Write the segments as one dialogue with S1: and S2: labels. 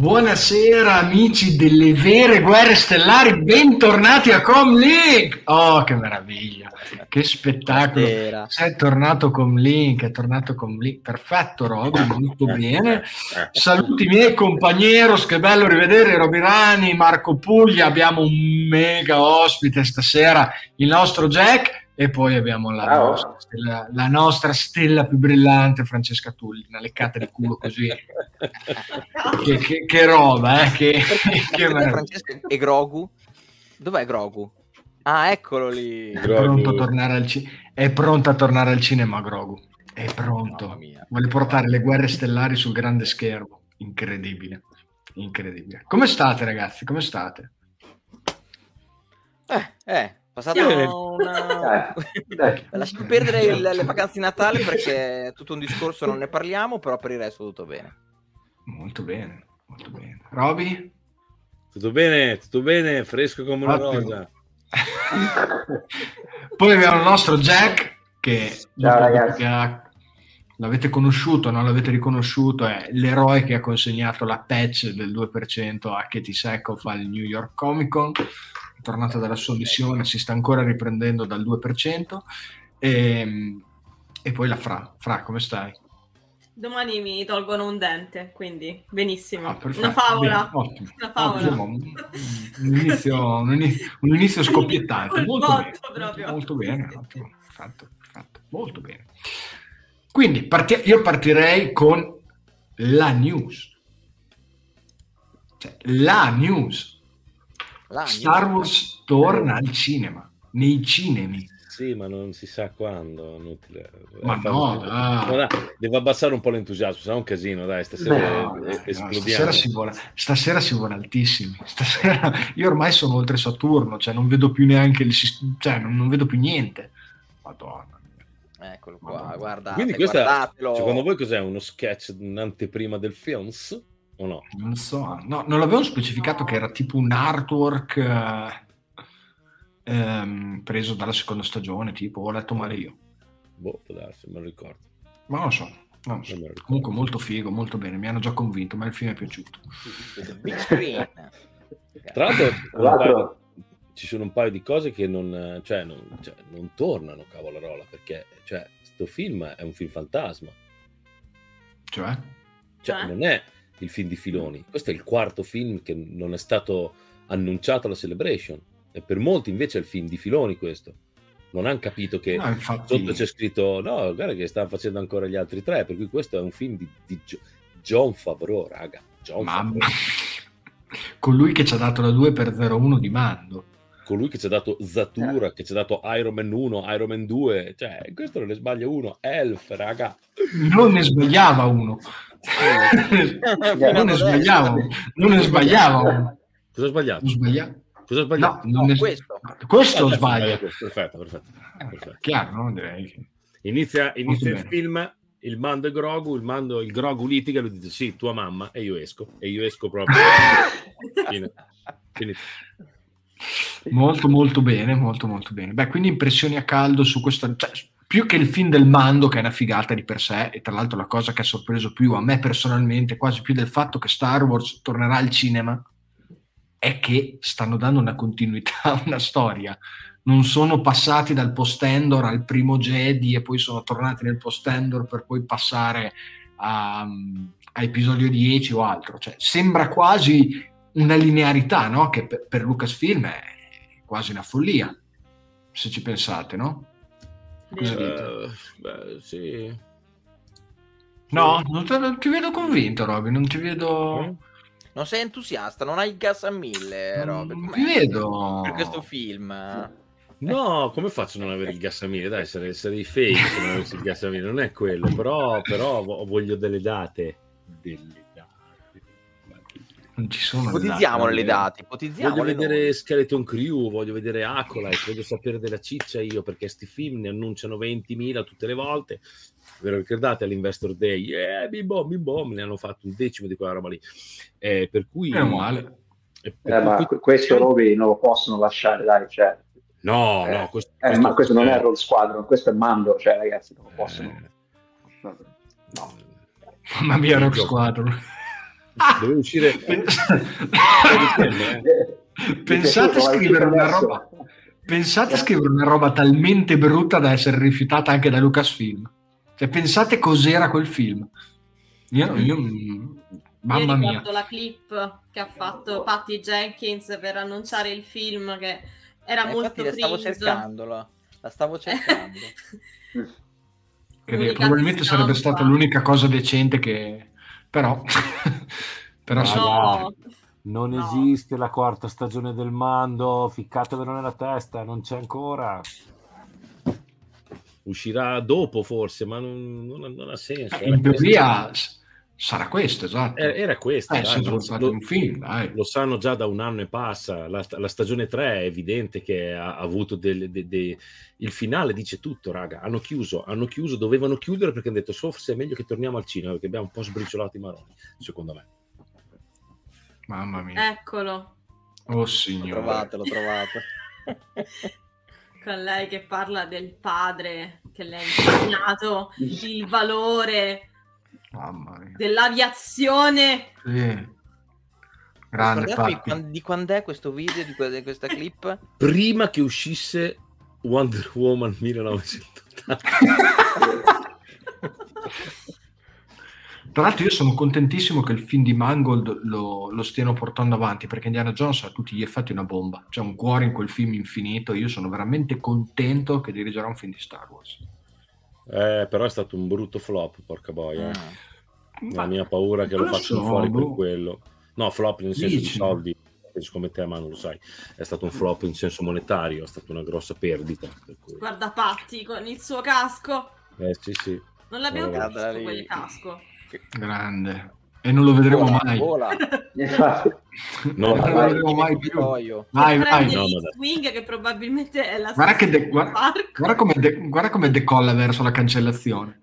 S1: Buonasera amici delle vere guerre stellari, bentornati a Comlink! Oh, che meraviglia, che spettacolo!
S2: Buonasera.
S1: Sei tornato Comlink, è tornato Comlink, perfetto Roby, molto bene. Saluti i miei compagneros, che bello rivedere Roby Rani, Marco Puglia, abbiamo un mega ospite stasera, il nostro Jack. E poi abbiamo la nostra stella più brillante, Francesca Tulli, una leccata di culo così. Che roba, che
S2: Francesca e Grogu? Dov'è Grogu? Ah, eccolo lì.
S1: È pronto a tornare al cinema, Grogu. È pronto. Vuole portare le guerre stellari sul grande schermo. Incredibile. Incredibile. Come state, ragazzi? Come state?
S2: Passata una... Lasciamo perdere le vacanze di Natale perché è tutto un discorso, non ne parliamo, però per il resto tutto bene.
S1: Molto bene, molto bene. Roby?
S3: Tutto bene, fresco come una rosa.
S1: Poi abbiamo il nostro Jack che,
S4: ciao ragazzi,
S1: l'avete conosciuto, non l'avete riconosciuto, è l'eroe che ha consegnato la patch del 2% a Katie Sackhoff al New York Comic Con. È tornato dalla sua missione, si sta ancora riprendendo dal 2%. E poi la Fra, come stai?
S5: Domani mi tolgono un dente, quindi benissimo.
S1: Perfetto,
S5: una favola.
S1: Bene, ottimo.
S5: Una favola.
S1: Un inizio scoppiettante. Molto bene.
S5: Sì.
S1: Ottimo. Fatto. Molto bene. Quindi io partirei con la news. Cioè, la news. Star Wars torna al cinema, nei cinemi.
S3: Sì, ma non si sa quando.
S1: Ma
S3: devo abbassare un po' l'entusiasmo, sarà un casino, dai, stasera esplodiamo.
S1: Stasera si vuole altissimi. Stasera io ormai sono oltre Saturno, cioè non vedo più neanche non vedo più niente. Madonna.
S2: Eccolo qua, guardate.
S3: Quindi questa, secondo voi cos'è? Uno sketch, un'anteprima del film? O no?
S1: Non so, no, non l'avevano specificato che era tipo un artwork preso dalla seconda stagione, tipo, ho letto male io.
S3: Può darsi, me lo ricordo.
S1: Ma non lo so. Comunque molto figo, molto bene, mi hanno già convinto, ma il film è piaciuto.
S2: Big screen.
S3: Tra l'altro ci sono un paio di cose che non tornano, cavolarola, perché sto film è un film fantasma.
S1: Cioè
S3: non è il film di Filoni, questo è il quarto film che non è stato annunciato alla Celebration, e per molti invece è il film di Filoni questo. Non hanno capito che sotto c'è scritto no, guarda che stanno facendo ancora gli altri tre, per cui questo è un film di Jon Favreau, raga.
S1: Colui che ci ha dato la 2x01 di Mando,
S3: colui che ci ha dato Zatura, che ci ha dato Iron Man 1, Iron Man 2, questo non ne sbaglia uno. Elf, raga, non ne sbagliava uno. Non ne sbagliava uno. Cosa ho sbagliato?
S1: No, questo sbaglia.
S3: Perfetto.
S1: Chiaro, no? Direi che...
S3: Inizia il film, il Mando e Grogu, il Grogu litiga, lui dice sì, tua mamma, e io esco proprio. Finito.
S1: Molto bene. Beh, quindi impressioni a caldo su questo, più che il film del Mando, che è una figata di per sé, e tra l'altro la cosa che ha sorpreso più a me personalmente, quasi più del fatto che Star Wars tornerà al cinema, è che stanno dando una continuità a una storia. Non sono passati dal post-Endor al primo Jedi e poi sono tornati nel post-Endor per poi passare a episodio 10 o altro. Sembra quasi una linearità, no? Che per Lucasfilm è quasi una follia, se ci pensate, no? Cosa dite?
S3: Sì.
S1: No, non ti vedo convinto, Roby, non ti vedo...
S2: Non sei entusiasta, non hai il gas a 1000, Roby.
S1: Non ti vedo...
S2: Per questo film.
S3: No, come faccio a non avere il gas a 1000? Dai, sarei fake se non avessi il gas a 1000, non è quello, però voglio delle date.
S1: Non ci sono
S2: ipotizziamo le date.
S3: Voglio vedere Skeleton Crew, voglio vedere Acolyte, voglio sapere della ciccia io, perché sti film ne annunciano 20.000 tutte le volte. Ve lo ricordate all'Investor Day? Bim ne hanno fatto un decimo di quella roba lì. Per cui...
S1: È male.
S4: Ma questo Roby non lo possono lasciare, dai,
S3: No,
S4: ma questo non è Rogue Squadron, questo è Mando, ragazzi, non lo possono.
S1: No. Mamma mia, Rogue Squadron.
S3: Deve uscire.
S1: Pensate a scrivere una roba. Pensate a scrivere una roba talmente brutta da essere rifiutata anche da Lucasfilm. Cioè, pensate cos'era quel film. Mamma mia.
S5: Ricordo la clip che ha fatto Patty Jenkins per annunciare il film, che era molto
S2: la stavo cercando.
S1: Che probabilmente sarebbe stata l'unica cosa decente che... Però...
S6: Non esiste la quarta stagione del Mando, ficcatevelo nella testa, non c'è ancora.
S3: Uscirà dopo forse, ma non ha senso.
S1: In teoria sarà questo, esatto.
S3: Era questo.
S1: È sempre stato un film, dai.
S3: Lo sanno già da un anno e passa. La stagione 3 è evidente che ha avuto il finale dice tutto, raga. Hanno chiuso, dovevano chiudere perché hanno detto forse è meglio che torniamo al cinema perché abbiamo un po' sbriciolato i maroni, secondo me.
S1: Mamma mia.
S5: Eccolo.
S1: Oh signore.
S2: L'ho trovato.
S5: Con lei che parla del padre che le ha insegnato il valore dell'aviazione.
S1: Sì. Grande.
S2: Di quando è questo video, di questa clip?
S3: Prima che uscisse Wonder Woman 1980.
S1: Tra l'altro io sono contentissimo che il film di Mangold lo stiano portando avanti, perché Indiana Jones ha a tutti gli effetti una bomba, c'è un cuore in quel film infinito. Io sono veramente contento che dirigerà un film di Star Wars.
S3: Però è stato un brutto flop, porca boia. La mia paura è che lo facciano fuori per quello. No, flop nel senso di soldi, come te, ma non lo sai. È stato un flop in senso monetario, è stata una grossa perdita. Per cui...
S5: Guarda Patti con il suo casco.
S3: Sì.
S5: Non l'abbiamo più visto quel casco.
S1: Grande. E non lo vedremo mai.
S3: Non
S1: lo vedremo mai più. Vai.
S5: Swing che probabilmente è la
S1: guarda come decolla verso la cancellazione.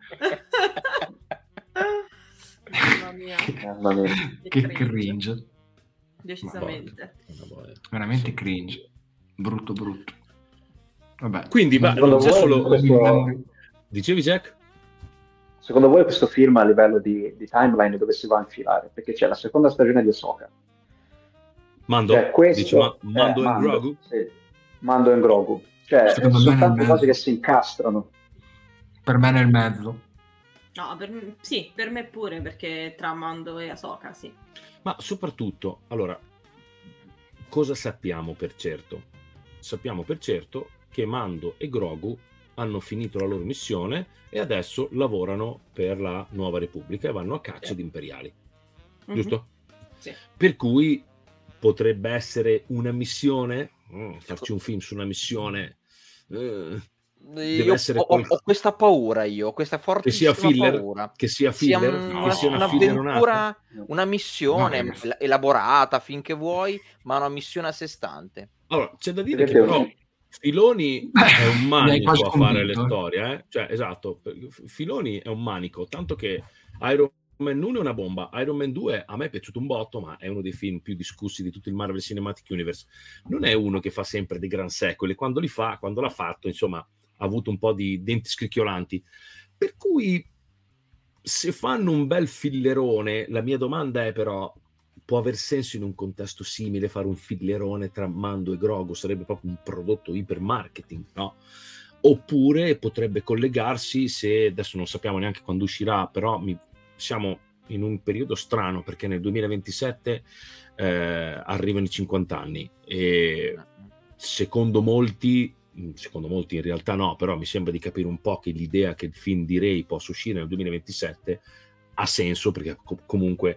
S5: Mamma mia.
S1: Che cringe.
S5: Decisamente.
S1: Veramente cringe. Brutto. Vabbè.
S3: Quindi c'è solo... Dicevi, Jack?
S4: Secondo voi questo film a livello di timeline dove si va a infilare? Perché c'è la seconda stagione di Ahsoka.
S3: Mando?
S4: Cioè, questo,
S3: Mando e Grogu?
S4: Sì. Mando e Grogu. Cioè, sono tante cose che si incastrano.
S1: Per me nel mezzo.
S5: No, per me pure, perché tra Mando e Ahsoka, sì.
S3: Ma soprattutto, allora, cosa sappiamo per certo? Sappiamo per certo che Mando e Grogu hanno finito la loro missione e adesso lavorano per la Nuova Repubblica e vanno a caccia di imperiali. Giusto?
S5: Sì.
S3: Per cui potrebbe essere una missione, farci un film su una missione...
S2: ho questa paura, questa fortissima paura
S3: che sia filler,
S2: un'avventura, una missione elaborata finché vuoi, ma una missione a sé stante.
S3: Allora, c'è da dire che però Filoni è un manico a fare le storie, cioè esatto, Filoni è un manico, tanto che Iron Man 1 è una bomba, Iron Man 2 a me è piaciuto un botto, ma è uno dei film più discussi di tutto il Marvel Cinematic Universe. Non è uno che fa sempre dei gran secoli, quando l'ha fatto, insomma, ha avuto un po' di denti scricchiolanti, per cui se fanno un bel fillerone, la mia domanda è però, può aver senso in un contesto simile fare un fillerone tra Mando e Grogu? Sarebbe proprio un prodotto ipermarketing, no? Oppure potrebbe collegarsi, se adesso non sappiamo neanche quando uscirà, però siamo in un periodo strano perché nel 2027 arrivano i 50 anni e secondo molti in realtà no, però mi sembra di capire un po' che l'idea che il film di Rey possa uscire nel 2027 ha senso, perché comunque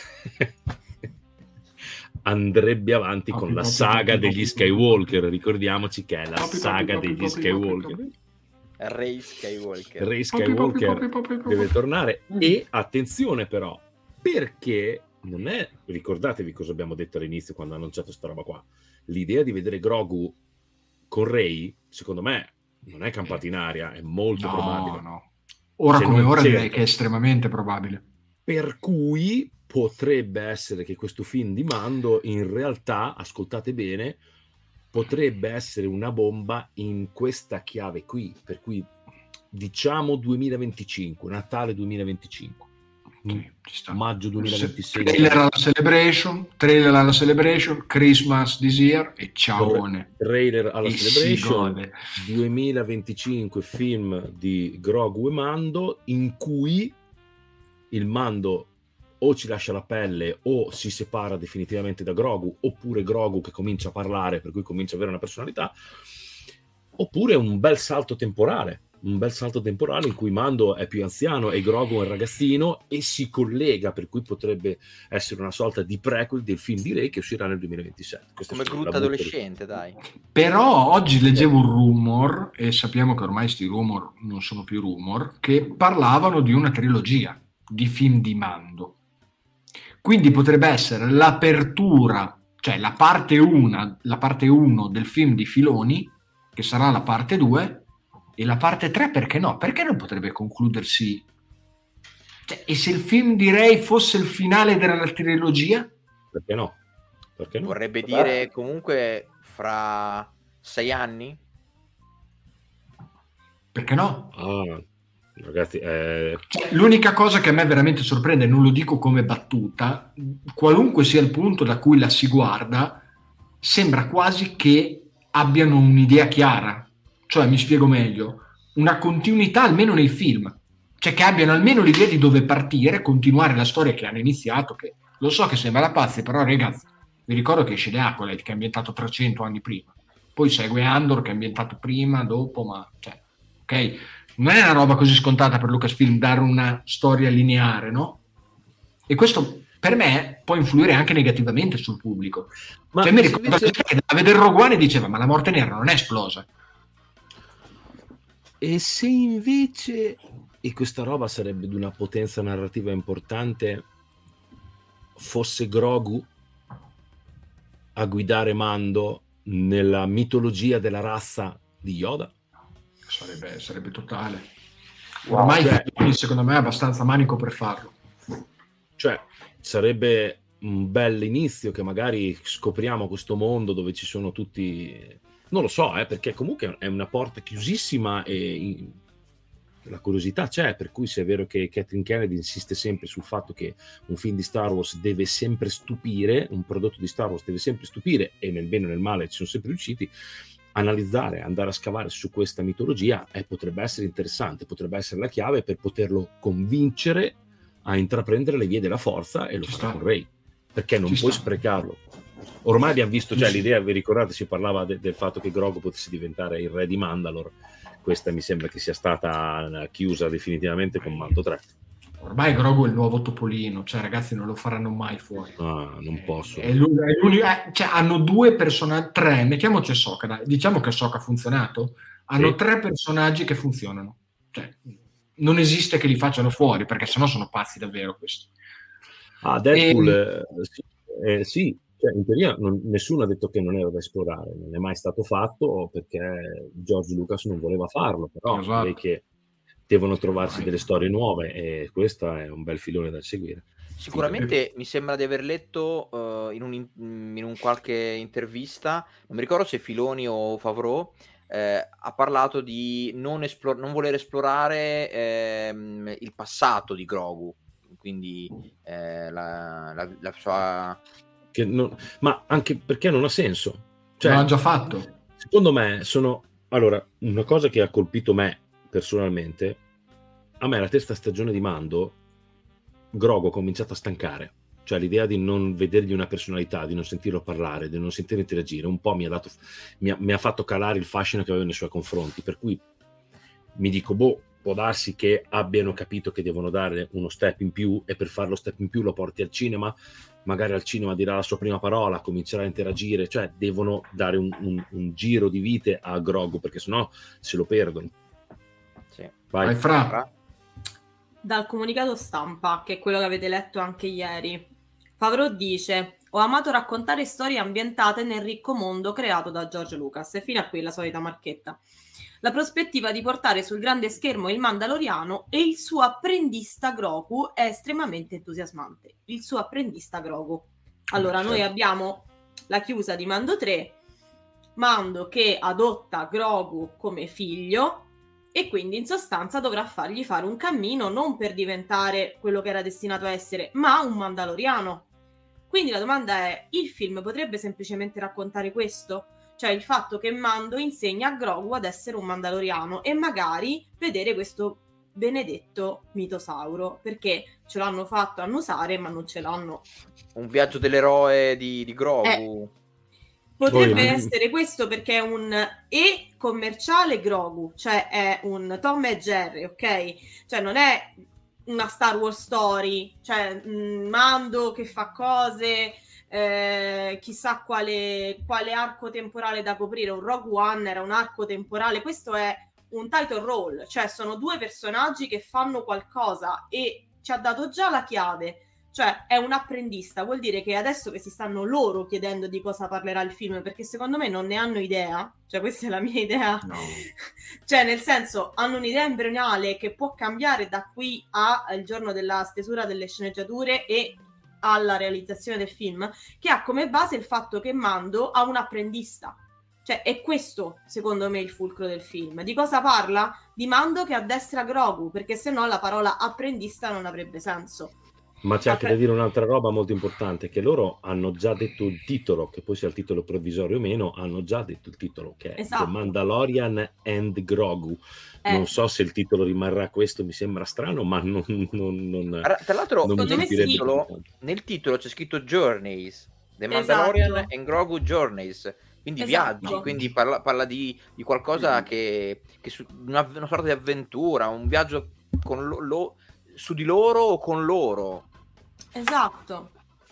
S3: andrebbe avanti con la saga degli Skywalker. Ricordiamoci che è la saga degli Skywalker.
S2: Rey Skywalker
S3: deve tornare. E attenzione però, perché non è, ricordatevi cosa abbiamo detto all'inizio quando ha annunciato sta roba qua, l'idea di vedere Grogu con Rey, secondo me non è campata in aria, è molto probabile.
S1: No. Ora come ora direi che è estremamente probabile.
S3: Per cui potrebbe essere che questo film di Mando in realtà, ascoltate bene, potrebbe essere una bomba in questa chiave qui, per cui diciamo 2025, Natale 2025.
S1: Sì, ci sta.
S3: Maggio 2026.
S1: Trailer alla Celebration, Christmas this year e ciaone.
S3: Trailer alla Celebration 2025, film di Grogu e Mando, in cui il Mando o ci lascia la pelle o si separa definitivamente da Grogu, oppure Grogu che comincia a parlare, per cui comincia ad avere una personalità, oppure un bel salto temporale in cui Mando è più anziano e Grogu è un ragazzino e si collega, per cui potrebbe essere una sorta di prequel del film di Rey che uscirà nel 2027.
S2: Come Groot adolescente, dai.
S1: Però oggi leggevo un rumor, e sappiamo che ormai sti rumor non sono più rumor, che parlavano di una trilogia di film di Mando. Quindi potrebbe essere l'apertura, cioè la parte 1 del film di Filoni, che sarà la parte 2, e la parte 3 perché no? Perché non potrebbe concludersi? Cioè, e se il film di Rey fosse il finale della trilogia?
S3: Perché no?
S2: Vorrebbe dire comunque fra 6 anni?
S1: Perché no?
S3: Ragazzi,
S1: cioè, l'unica cosa che a me veramente sorprende, non lo dico come battuta, qualunque sia il punto da cui la si guarda, sembra quasi che abbiano un'idea chiara. Cioè, mi spiego meglio, una continuità almeno nei film, cioè che abbiano almeno l'idea di dove partire, continuare la storia che hanno iniziato, che lo so che sembra la pazza, però ragazzi, vi ricordo che esce The Acolyte, che è ambientato 300 anni prima, poi segue Andor, che è ambientato prima, dopo, ma, cioè, ok, non è una roba così scontata per Lucasfilm dare una storia lineare, no? E questo per me può influire anche negativamente sul pubblico. Ma cioè, mi ricordo che a vedere Rogue One diceva, ma la morte nera non è esplosa.
S3: E se invece, e questa roba sarebbe di una potenza narrativa importante, fosse Grogu a guidare Mando nella mitologia della razza di Yoda?
S1: Sarebbe totale. Ormai secondo me è abbastanza manico per farlo.
S3: Cioè, sarebbe un bel inizio che magari scopriamo questo mondo dove ci sono tutti... Non lo so, perché comunque è una porta chiusissima e la curiosità c'è, per cui se è vero che Kathleen Kennedy insiste sempre sul fatto che un film di Star Wars deve sempre stupire, un prodotto di Star Wars deve sempre stupire, e nel bene o nel male ci sono sempre riusciti, analizzare, andare a scavare su questa mitologia potrebbe essere interessante, potrebbe essere la chiave per poterlo convincere a intraprendere le vie della forza, e lo farà con Rey, perché non puoi sprecarlo. Ormai abbiamo visto, cioè l'idea, vi ricordate, si parlava del fatto che Grogu potesse diventare il re di Mandalore, questa mi sembra che sia stata chiusa definitivamente con Mando 3.
S1: Ormai Grogu è il nuovo Topolino, cioè ragazzi non lo faranno mai fuori.
S3: Non posso.
S1: È l'unico, cioè, hanno 2 personaggi, 3, mettiamoci Ahsoka, diciamo che Ahsoka ha funzionato, hanno 3 personaggi che funzionano, cioè non esiste che li facciano fuori, perché sennò sono pazzi davvero questi.
S3: Deadpool, sì. Cioè, in teoria nessuno ha detto che non era da esplorare, non è mai stato fatto perché George Lucas non voleva farlo, però direi che devono trovarsi delle storie nuove, e questo è un bel filone da seguire.
S2: Sicuramente mi sembra di aver letto in un qualche intervista, non mi ricordo se Filoni o Favreau, ha parlato di non voler esplorare il passato di Grogu, quindi la sua...
S3: ma anche perché non ha senso, cioè,
S1: l'ha già fatto.
S3: Secondo me allora, una cosa che ha colpito me personalmente, a me la terza stagione di Mando Grogu ha cominciato a stancare, cioè l'idea di non vedergli una personalità, di non sentirlo parlare, di non sentirlo interagire, un po' mi ha fatto calare il fascino che avevo nei suoi confronti, per cui mi dico, può darsi che abbiano capito che devono dare uno step in più, e per fare lo step in più lo porti al cinema, magari al cinema dirà la sua prima parola, comincerà a interagire, cioè devono dare un giro di vite a Grogu, perché sennò se lo perdono.
S2: Sì.
S1: Vai Fra.
S5: Dal comunicato stampa, che è quello che avete letto anche ieri, Favreau dice: ho amato raccontare storie ambientate nel ricco mondo creato da George Lucas, e fino a qui la solita marchetta. La prospettiva di portare sul grande schermo il Mandaloriano e il suo apprendista Grogu è estremamente entusiasmante. Il suo apprendista Grogu. Allora, noi abbiamo la chiusa di Mando 3, Mando che adotta Grogu come figlio, e quindi in sostanza dovrà fargli fare un cammino non per diventare quello che era destinato a essere, ma un Mandaloriano. Quindi la domanda è, il film potrebbe semplicemente raccontare questo? Cioè il fatto che Mando insegna a Grogu ad essere un Mandaloriano e magari vedere questo benedetto mitosauro, perché ce l'hanno fatto annusare ma non ce l'hanno.
S2: Un viaggio dell'eroe di Grogu.
S5: Potrebbe essere questo, perché è un commerciale Grogu, cioè è un Tom e Jerry, ok? Cioè non è una Star Wars story, cioè Mando che fa cose, chissà quale arco temporale da coprire. Un Rogue One era un arco temporale, questo è un title role, cioè sono due personaggi che fanno qualcosa e ci ha dato già la chiave. Cioè è un apprendista, vuol dire che adesso che si stanno loro chiedendo di cosa parlerà il film, perché secondo me non ne hanno idea, cioè questa è la mia idea, no. Cioè nel senso hanno un'idea embrionale che può cambiare da qui al giorno della stesura delle sceneggiature e alla realizzazione del film, che ha come base il fatto che Mando ha un apprendista. Cioè è questo secondo me il fulcro del film. Di cosa parla? Di Mando che addestra Grogu, perché se no la parola apprendista non avrebbe senso.
S3: Ma c'è anche da dire un'altra roba molto importante, che loro hanno già detto il titolo, che poi sia il titolo provvisorio o meno, hanno già detto il titolo, che è The Mandalorian and Grogu. Non so se il titolo rimarrà questo, mi sembra strano, ma non
S2: tra l'altro
S3: non
S2: nel titolo c'è scritto Journeys, The Mandalorian and Grogu Journeys, quindi viaggi, quindi parla di qualcosa che una sorta di avventura, un viaggio con su di loro o con loro.
S5: Esatto.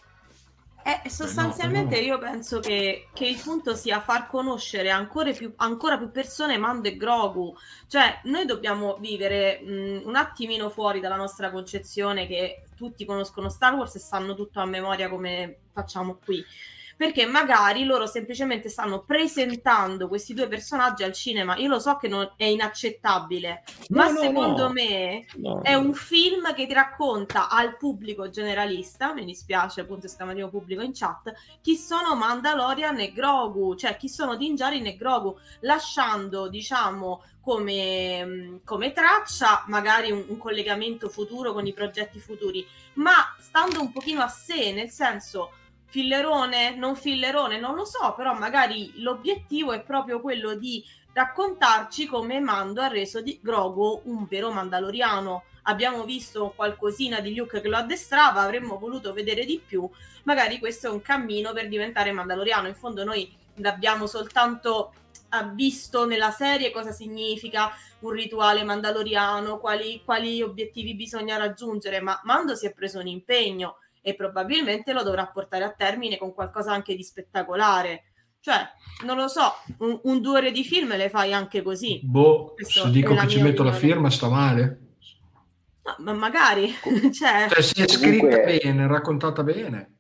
S5: Sostanzialmente io penso che il punto sia far conoscere ancora più persone Mando e Grogu. Cioè noi dobbiamo vivere un attimino fuori dalla nostra concezione che tutti conoscono Star Wars e sanno tutto a memoria come facciamo qui, perché magari loro semplicemente stanno presentando questi due personaggi al cinema. Io lo so che è inaccettabile, ma secondo me è un film che ti racconta al pubblico generalista, mi dispiace appunto esclamativo pubblico in chat, chi sono Mandalorian e Grogu, cioè chi sono Din Djarin e Grogu, lasciando diciamo come traccia magari un collegamento futuro con i progetti futuri, ma stando un pochino a sé, nel senso fillerone, non fillerone, non lo so, però magari l'obiettivo è proprio quello di raccontarci come Mando ha reso di Grogu un vero Mandaloriano. Abbiamo visto qualcosina di Luke che lo addestrava, avremmo voluto vedere di più, magari questo è un cammino per diventare Mandaloriano. In fondo noi l'abbiamo soltanto visto nella serie cosa significa un rituale mandaloriano, quali obiettivi bisogna raggiungere, ma Mando si è preso un impegno e probabilmente lo dovrà portare a termine con qualcosa anche di spettacolare. Cioè, non lo so, un 2 ore di film le fai anche così.
S1: Se dico che ci metto la firma sta male.
S5: No, ma magari.
S1: cioè se è scritta bene, raccontata bene.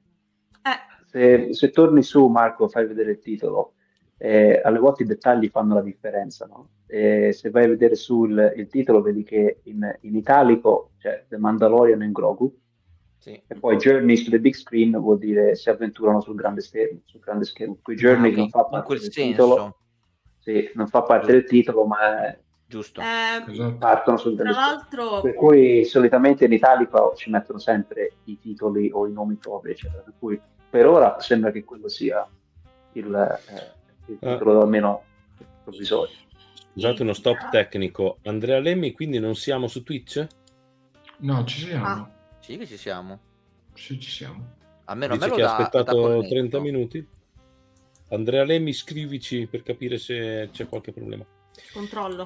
S4: Se torni su, Marco, fai vedere il titolo. Alle volte i dettagli fanno la differenza, no? Se vai a vedere il titolo vedi che in italico c'è The Mandalorian and Grogu. Sì. E poi Journeys to the Big Screen vuol dire si avventurano sul grande schermo. Qui Journeys non fa parte del titolo. Sì, non fa parte del titolo, ma è
S2: giusto.
S4: Partono sul grande schermo. Per cui solitamente in italico ci mettono sempre i titoli o i nomi propri, eccetera. Per cui per ora sembra che quello sia il titolo almeno provvisorio.
S3: Scusate uno stop tecnico. Andrea Lemmi, quindi non siamo su Twitch?
S1: No, ci siamo.
S2: Sì che ci siamo.
S1: Sì, ci siamo.
S2: Almeno
S3: dice che ha aspettato 30 minuti. Andrea Lemmi, scrivici per capire se c'è qualche problema.
S5: Controllo.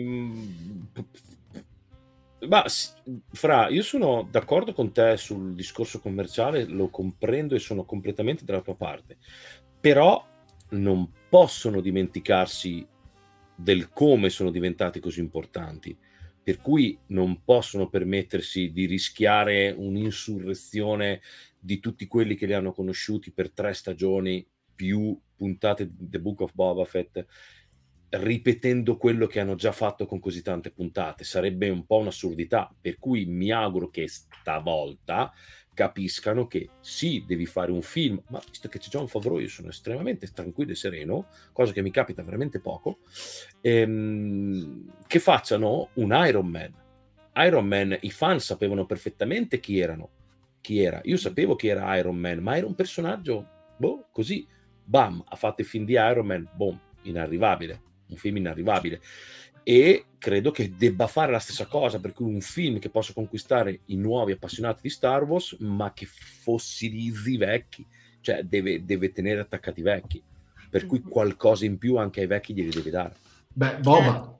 S3: Fra, io sono d'accordo con te sul discorso commerciale, lo comprendo e sono completamente dalla tua parte. Però non possono dimenticarsi del come sono diventati così importanti. Per cui non possono permettersi di rischiare un'insurrezione di tutti quelli che li hanno conosciuti per 3 stagioni più puntate di The Book of Boba Fett, ripetendo quello che hanno già fatto con così tante puntate. Sarebbe un po' un'assurdità, per cui mi auguro che stavolta capiscano che sì, devi fare un film, ma visto che c'è Jon Favreau io sono estremamente tranquillo e sereno, cosa che mi capita veramente poco, che facciano un Iron Man. Iron Man, i fan sapevano perfettamente chi era, io sapevo chi era Iron Man, ma era un personaggio, così, bam, ha fatto il film di Iron Man, boom, inarrivabile, un film inarrivabile. E credo che debba fare la stessa cosa, per cui un film che possa conquistare i nuovi appassionati di Star Wars, ma che fossilizzi i vecchi, cioè deve tenere attaccati i vecchi, per cui qualcosa in più anche ai vecchi glieli deve dare.
S1: Beh, Boba.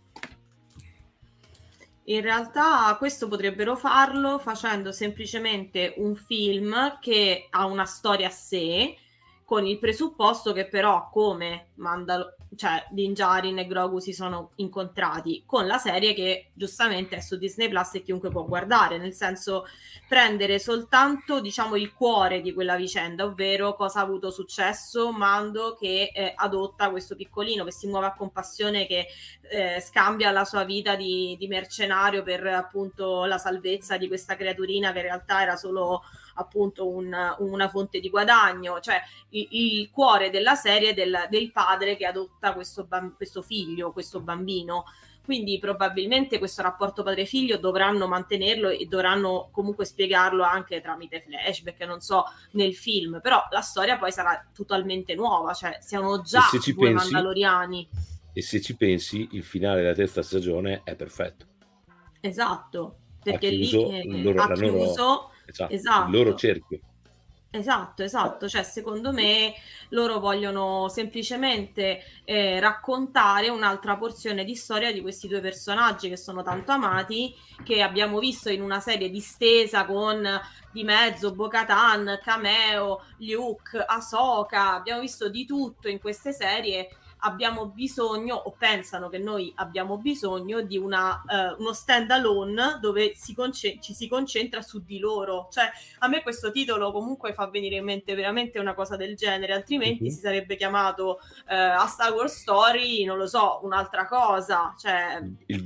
S5: In realtà questo potrebbero farlo facendo semplicemente un film che ha una storia a sé, con il presupposto che però come Din Djarin e Grogu si sono incontrati con la serie che giustamente è su Disney Plus e chiunque può guardare, nel senso prendere soltanto diciamo il cuore di quella vicenda, ovvero cosa ha avuto successo Mando che adotta questo piccolino che si muove a compassione, che scambia la sua vita di mercenario per appunto la salvezza di questa creaturina che in realtà era solo appunto una fonte di guadagno, cioè il cuore della serie del padre che adotta questo figlio, questo bambino. Quindi probabilmente questo rapporto padre-figlio dovranno mantenerlo e dovranno comunque spiegarlo anche tramite flashback, non so, nel film, però la storia poi sarà totalmente nuova, cioè siamo già due mandaloriani.
S3: E se ci pensi, il finale della terza stagione è perfetto.
S5: Esatto, perché
S3: ha chiuso
S5: esatto,
S3: il loro cerchio.
S5: Esatto, cioè secondo me loro vogliono semplicemente raccontare un'altra porzione di storia di questi due personaggi che sono tanto amati, che abbiamo visto in una serie distesa con di mezzo Bo-Katan, cameo, Luke, Ahsoka, abbiamo visto di tutto in queste serie. Abbiamo bisogno, o pensano che noi abbiamo bisogno di uno stand alone dove ci si concentra su di loro. Cioè a me questo titolo comunque fa venire in mente veramente una cosa del genere, altrimenti si sarebbe chiamato a Star Wars Story, non lo so, un'altra cosa, cioè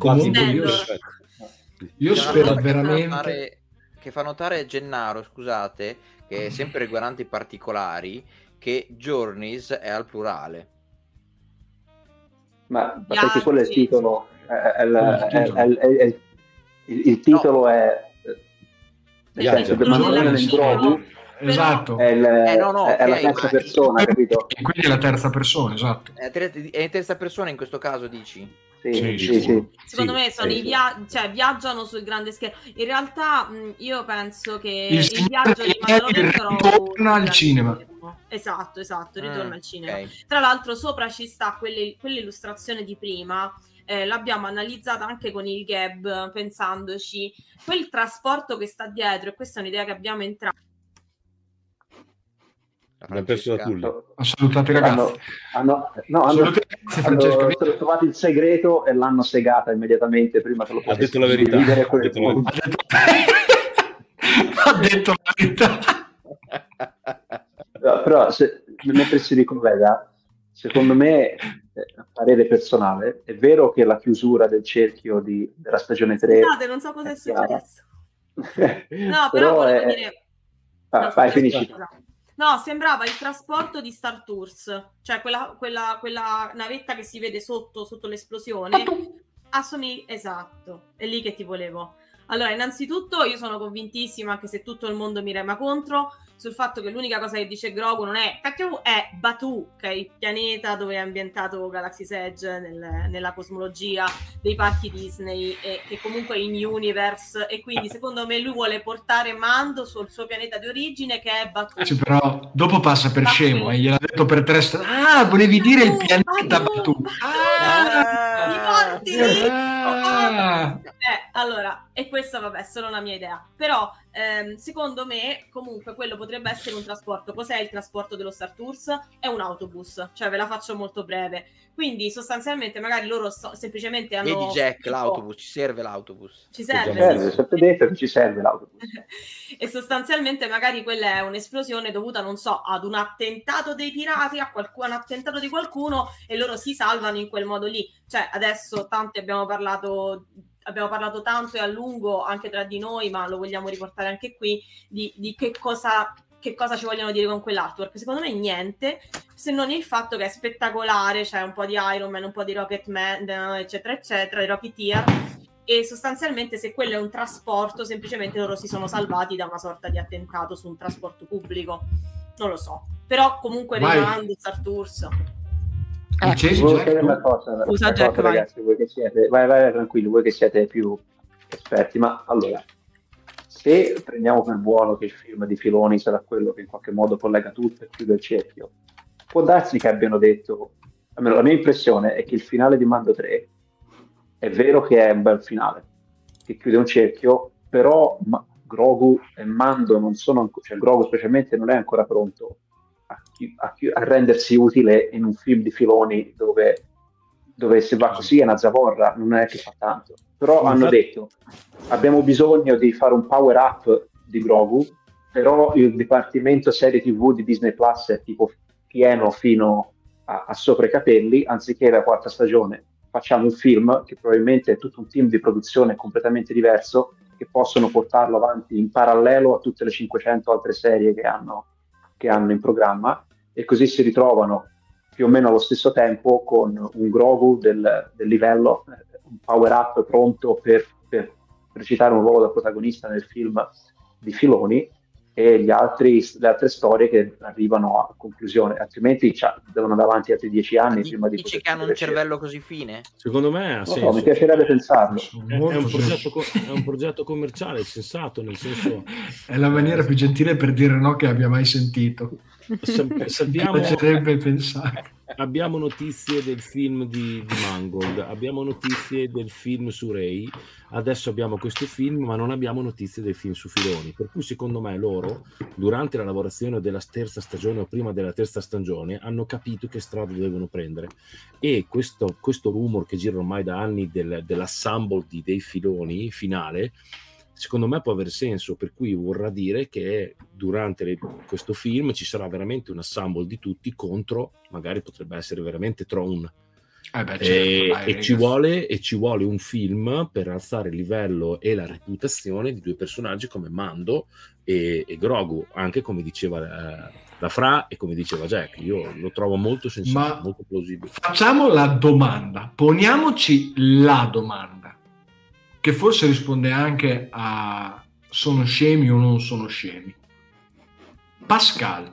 S1: io spero veramente
S2: che fa notare Gennaro, scusate, che è sempre guardando i particolari, che Journeys è al plurale.
S4: Ma perché quello è il titolo, il titolo è
S1: esatto,
S4: è la terza persona, capito?
S1: E quindi è la terza persona, esatto.
S2: È in terza persona in questo caso, dici?
S4: Sì.
S5: Secondo me sono viaggiano sul grande schermo. In realtà io penso che il viaggio di Mandalorian
S1: ritorna al cinema.
S5: Esatto, ritorna al cinema. Okay. Tra l'altro sopra ci sta quell'illustrazione di prima, l'abbiamo analizzata anche con il Gab, pensandoci, quel trasporto che sta dietro, e questa è un'idea che abbiamo entrambi.
S3: Abbiamo perso la Tulli.
S1: Salutate ragazzi.
S4: Hanno trovato il segreto e l'hanno segata immediatamente prima che lo potesse.
S3: Ha detto la verità.
S1: Ha detto la verità.
S4: No, però mentre si ricollega, secondo me, a parere personale, è vero che la chiusura del cerchio della stagione 3.
S5: Scusate, non so cosa è successo. No, però volevo dire.
S4: Vai, finisci.
S5: No, sembrava il trasporto di Star Tours, cioè quella navetta che si vede sotto l'esplosione. Esatto, è lì che ti volevo. Allora, innanzitutto io sono convintissima, anche se tutto il mondo mi rema contro, sul fatto che l'unica cosa che dice Grogu non è Kakyu, è Batuu, che è il pianeta dove è ambientato Galaxy's Edge nella cosmologia dei parchi Disney, e che comunque è in universe, e quindi secondo me lui vuole portare Mando sul suo pianeta di origine, che è Batuu.
S1: Sì, però dopo passa per scemo, gliel'ha detto per 3 volevi dire il pianeta Batuu.
S5: Allora, e questa vabbè è solo una mia idea, però secondo me comunque quello potrebbe essere un trasporto. Cos'è il trasporto dello Star Tours? È un autobus, cioè ve la faccio molto breve, quindi sostanzialmente magari loro semplicemente hanno...
S2: Vedi Jack, l'autobus, ci serve l'autobus.
S5: Ci serve,
S4: sempre detto che ci serve l'autobus.
S5: E sostanzialmente magari quella è un'esplosione dovuta, non so, ad un attentato dei pirati, un attentato di qualcuno, e loro si salvano in quel modo lì. Cioè adesso tanti abbiamo parlato abbiamo parlato tanto e a lungo anche tra di noi, ma lo vogliamo riportare anche qui, di che cosa ci vogliono dire con quell'artwork. Secondo me niente, se non il fatto che è spettacolare, c'è un po' di Iron Man, un po' di Rocketman, eccetera eccetera, di Rocketeer, e sostanzialmente se quello è un trasporto, semplicemente loro si sono salvati da una sorta di attentato su un trasporto pubblico, non lo so, però comunque rimando Star Tours.
S4: Una cosa, ragazzi, voi che siete, vai tranquillo, voi che siete più esperti, ma allora, se prendiamo per buono che il film di Filoni sarà quello che in qualche modo collega tutto e chiude il cerchio, può darsi che abbiano detto, almeno la mia impressione è che il finale di Mando 3 è vero che è un bel finale, che chiude un cerchio, però Grogu e Mando non sono, cioè Grogu specialmente non è ancora pronto a rendersi utile in un film di Filoni dove se va così è una zavorra, non è che fa tanto. Però hanno detto, abbiamo bisogno di fare un power up di Grogu, però il dipartimento serie TV di Disney Plus è tipo pieno fino a sopra i capelli, anziché la 4ª stagione facciamo un film che probabilmente è tutto un team di produzione completamente diverso, che possono portarlo avanti in parallelo a tutte le 500 altre serie che hanno in programma, e così si ritrovano più o meno allo stesso tempo con un Grogu del livello, un power up pronto per recitare un ruolo da protagonista nel film di Filoni, e le altre storie che arrivano a conclusione, altrimenti devono andare avanti altri 10 anni prima di
S2: dici che hanno un cervello così fine?
S3: Secondo me ha senso.
S4: Mi piacerebbe pensarlo.
S3: È un progetto commerciale sensato, nel senso
S1: è la maniera più gentile per dire no che abbia mai sentito.
S3: Piacerebbe pensare. Abbiamo notizie del film di Mangold, abbiamo notizie del film su Rey, adesso abbiamo questo film, ma non abbiamo notizie del film su Filoni, per cui secondo me loro durante la lavorazione della 3ª stagione o prima della 3ª stagione hanno capito che strada devono prendere, e questo rumor che gira ormai da anni dell'assemble dei Filoni finale secondo me può avere senso, per cui vorrà dire che durante questo film ci sarà veramente un assemble di tutti contro, magari potrebbe essere veramente Thrawn, e ci vuole un film per alzare il livello e la reputazione di 2 personaggi come Mando e Grogu, anche come diceva la Fra e come diceva Jack. Io lo trovo molto sensato, molto plausibile.
S1: Facciamo la domanda, poniamoci la domanda che forse risponde anche a sono scemi o non sono scemi. Pascal.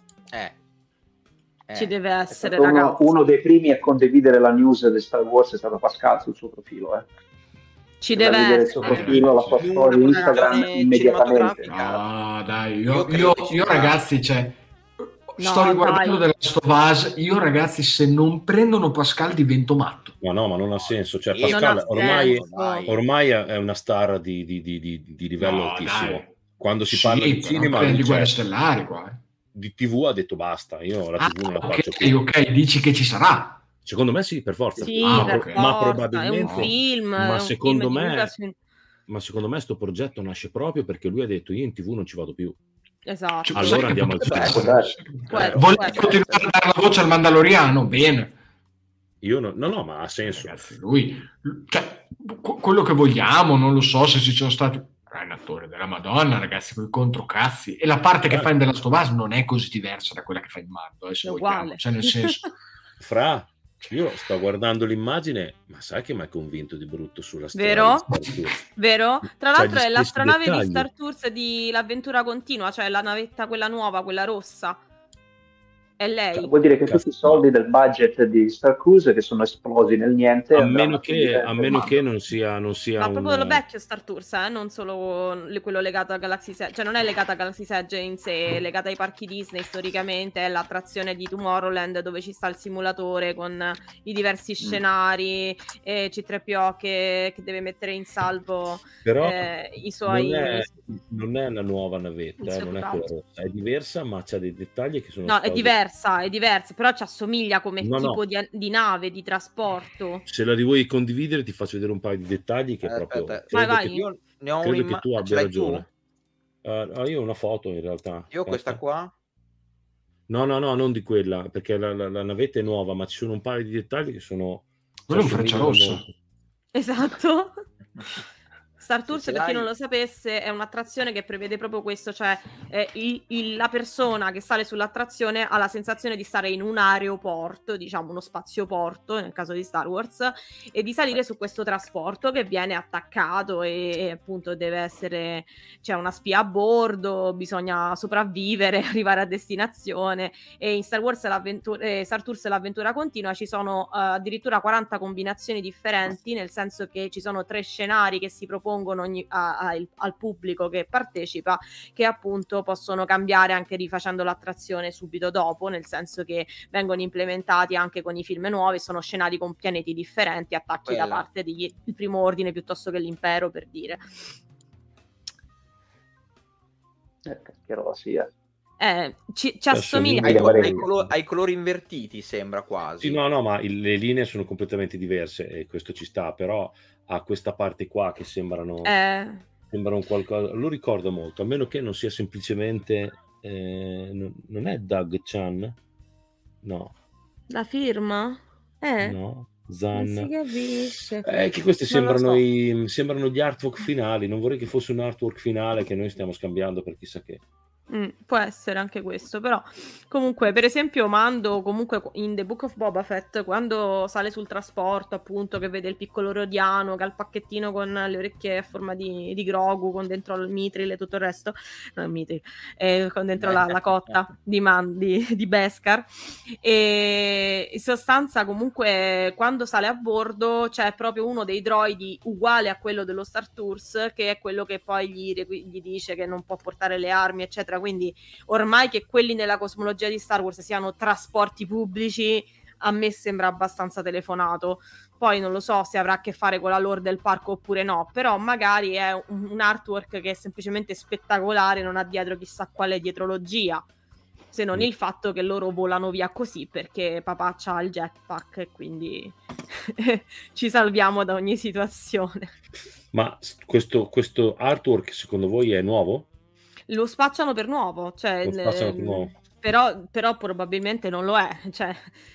S5: Ci deve essere, ragazzi.
S4: Uno dei primi a condividere la news di Star Wars è stato Pascal sul suo profilo.
S5: Ci deve essere.
S4: Il suo profilo, la sua storia Instagram immediatamente.
S1: No, dai, io ragazzi, sto riguardando The Last of Us, io ragazzi, se non prendono Pascal divento matto.
S3: No, ma non ha senso, cioè Pascal ormai è una star di livello altissimo. Dai. Quando si parla di cinema,
S1: di Guerre Stellari qua.
S3: Di TV ha detto basta, io la TV non la faccio più.
S1: Ok, dici che ci sarà.
S3: Secondo me sì, per forza.
S5: Sì,
S3: ma probabilmente
S5: è un film,
S3: ma secondo me sto progetto nasce proprio perché lui ha detto io in TV non ci vado più.
S5: Esatto.
S3: Allora andiamo al cinema.
S1: Voglio continuare a dare la voce al Mandaloriano? Bene.
S3: Io no, ma ha senso.
S1: Ragazzi, lui, quello che vogliamo, non lo so se ci sono stati. È un attore della Madonna, ragazzi, con i controcazzi. E la parte che fa in The Last of Us non è così diversa da quella che fa in Mando.
S5: È uguale.
S1: Cioè, nel senso.
S3: Fra, io sto guardando l'immagine, ma sai che mi ha convinto di brutto sulla storia?
S5: Vero? Tra l'altro è l'astronave di Star Tours di l'avventura continua, cioè la navetta quella nuova, quella rossa. È lei.
S4: Vuol dire che tutti i soldi del budget di Star Cruise che sono esplosi nel niente,
S3: a meno che non sia
S5: ma proprio lo vecchio Star Tours, non solo quello legato a Galaxy's Edge, cioè non è legato a Galaxy's Edge in sé, è legato ai parchi Disney storicamente, è l'attrazione di Tomorrowland dove ci sta il simulatore con i diversi scenari, e C3PO che deve mettere in salvo i suoi.
S3: Non è una nuova navetta, non è quella rossa, è diversa, ma c'ha dei dettagli che sono.
S5: No, è diversa, però ci assomiglia come tipo di nave, di trasporto.
S3: Se la vuoi condividere ti faccio vedere un paio di dettagli che proprio
S5: vai.
S2: Io ne ho
S3: credo che tu abbia ragione. Io ho una foto in realtà.
S2: Io ho questa qua?
S3: No, non di quella, perché la navetta è nuova, ma ci sono un paio di dettagli che sono.
S1: Quello è un Frecciarossa.
S5: Esatto. Star Tours, per chi non lo sapesse, è un'attrazione che prevede proprio questo, cioè la persona che sale sull'attrazione ha la sensazione di stare in un aeroporto, diciamo uno spazioporto nel caso di Star Wars, e di salire su questo trasporto che viene attaccato e appunto deve essere, c'è una spia a bordo, bisogna sopravvivere, arrivare a destinazione, e in Star Tours l'avventura continua, ci sono addirittura 40 combinazioni differenti, nel senso che ci sono 3 scenari che si propongono al pubblico che partecipa, che appunto possono cambiare anche rifacendo l'attrazione subito dopo, nel senso che vengono implementati anche con i film nuovi, sono scenari con pianeti differenti, attacchi da parte del Primo Ordine piuttosto che l'Impero, per dire.
S4: Che roba sia.
S5: Ci assomiglia
S2: ai colori invertiti, sembra quasi.
S3: Sì, no, ma le linee sono completamente diverse e questo ci sta, però ha questa parte qua che sembrano qualcosa, lo ricordo molto, a meno che non sia semplicemente non è Doug Chan? No.
S5: La firma?
S3: No, Zan.
S5: Non si capisce.
S3: Che questi sembrano gli artwork finali, non vorrei che fosse un artwork finale che noi stiamo scambiando per chissà che.
S5: Può essere anche questo, però comunque, per esempio, Mando comunque in The Book of Boba Fett, quando sale sul trasporto, appunto, che vede il piccolo Rodiano che ha il pacchettino con le orecchie a forma di Grogu, con dentro il Mithril e tutto il resto, no, il Mithril, con dentro la cotta di Beskar, e in sostanza comunque quando sale a bordo c'è proprio uno dei droidi uguale a quello dello Star Tours, che è quello che poi gli dice che non può portare le armi, eccetera. Quindi ormai che quelli nella cosmologia di Star Wars siano trasporti pubblici, a me sembra abbastanza telefonato. Poi non lo so se avrà a che fare con la lore del parco oppure no, però magari è un artwork che è semplicemente spettacolare, non ha dietro chissà quale dietrologia, se non il fatto che loro volano via così perché papà c'ha il jetpack e quindi ci salviamo da ogni situazione.
S3: Ma questo artwork secondo voi è nuovo?
S5: Lo spacciano per nuovo, cioè, però probabilmente non lo è, cioè.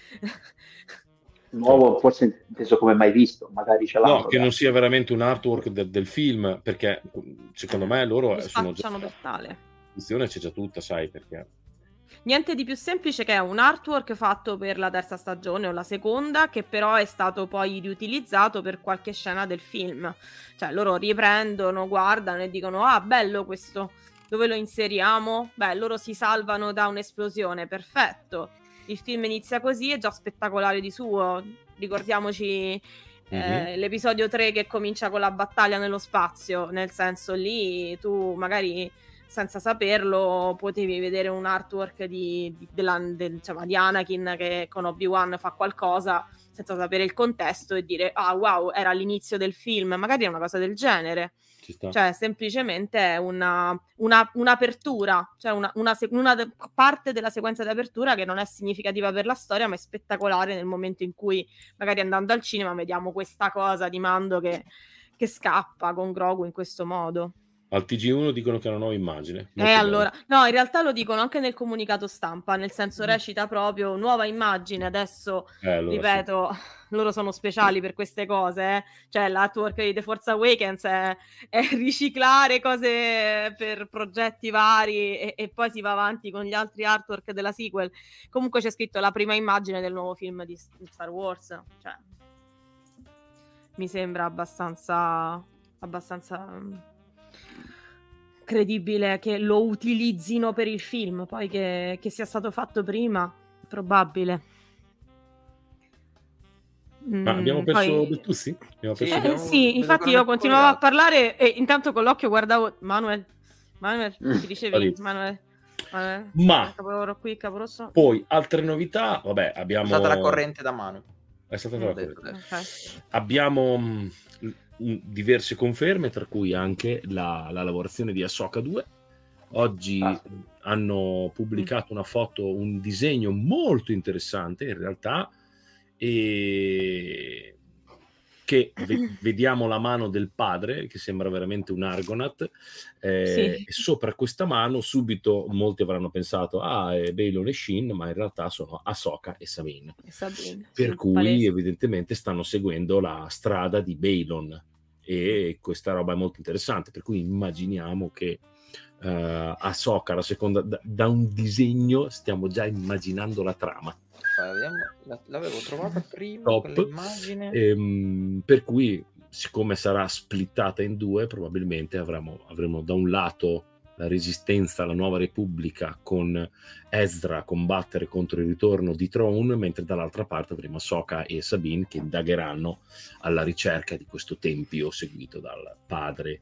S4: Nuovo forse inteso come mai visto, magari ce l'hanno.
S3: No, che non sia veramente un artwork del film, perché secondo me loro
S5: sono già per tale.
S3: La funzione c'è già tutta, sai, perché
S5: niente di più semplice che un artwork fatto per la 3ª stagione o la 2ª, che però è stato poi riutilizzato per qualche scena del film. Cioè loro riprendono, guardano e dicono: ah, bello questo, dove lo inseriamo? Beh, loro si salvano da un'esplosione, perfetto. Il film inizia così, è già spettacolare di suo. Ricordiamoci l'episodio 3 che comincia con la battaglia nello spazio, nel senso lì tu magari senza saperlo potevi vedere un artwork di Anakin che con Obi-Wan fa qualcosa senza sapere il contesto e dire: ah, wow, era l'inizio del film. Magari è una cosa del genere. Cioè semplicemente è un'apertura, cioè una parte della sequenza di apertura che non è significativa per la storia, ma è spettacolare nel momento in cui magari andando al cinema vediamo questa cosa di Mando che scappa con Grogu in questo modo.
S3: Al TG1 dicono che è una nuova immagine.
S5: Allora, no, in realtà lo dicono anche nel comunicato stampa, nel senso recita proprio nuova immagine. Adesso, ripeto, sì, loro sono speciali per queste cose, cioè l'artwork di The Force Awakens è riciclare cose per progetti vari e poi si va avanti con gli altri artwork della sequel. Comunque c'è scritto la prima immagine del nuovo film di Star Wars, cioè mi sembra abbastanza credibile che lo utilizzino per il film, poi che sia stato fatto prima, probabile.
S3: Ma abbiamo perso Bettussi?
S5: Sì, infatti io continuavo a parlare e intanto con l'occhio guardavo Manuel, ci dicevi Manuel,
S3: ma
S5: qui, Caporosso.
S3: Poi altre novità, vabbè, abbiamo...
S2: È stata la corrente da mano.
S3: È stata la corrente. Okay. Abbiamo diverse conferme, tra cui anche la lavorazione di Ahsoka 2. Oggi hanno pubblicato una foto, un disegno molto interessante in realtà, e che vediamo la mano del padre che sembra veramente un Argonath, sì. E sopra questa mano subito molti avranno pensato è Baylan e Shin, ma in realtà sono Ahsoka e Sabine. Per cui palese. Evidentemente stanno seguendo la strada di Baylan, e questa roba è molto interessante, per cui immaginiamo che Ahsoka, la seconda, da un disegno stiamo già immaginando la trama.
S2: L'avevo trovata prima
S3: Top.
S2: quell'immagine.
S3: Per cui, siccome sarà splittata in due, probabilmente avremo da un lato la resistenza alla nuova repubblica con Ezra combattere contro il ritorno di Thrawn, mentre dall'altra parte avremo Ahsoka e Sabine che indagheranno alla ricerca di questo tempio seguito dal padre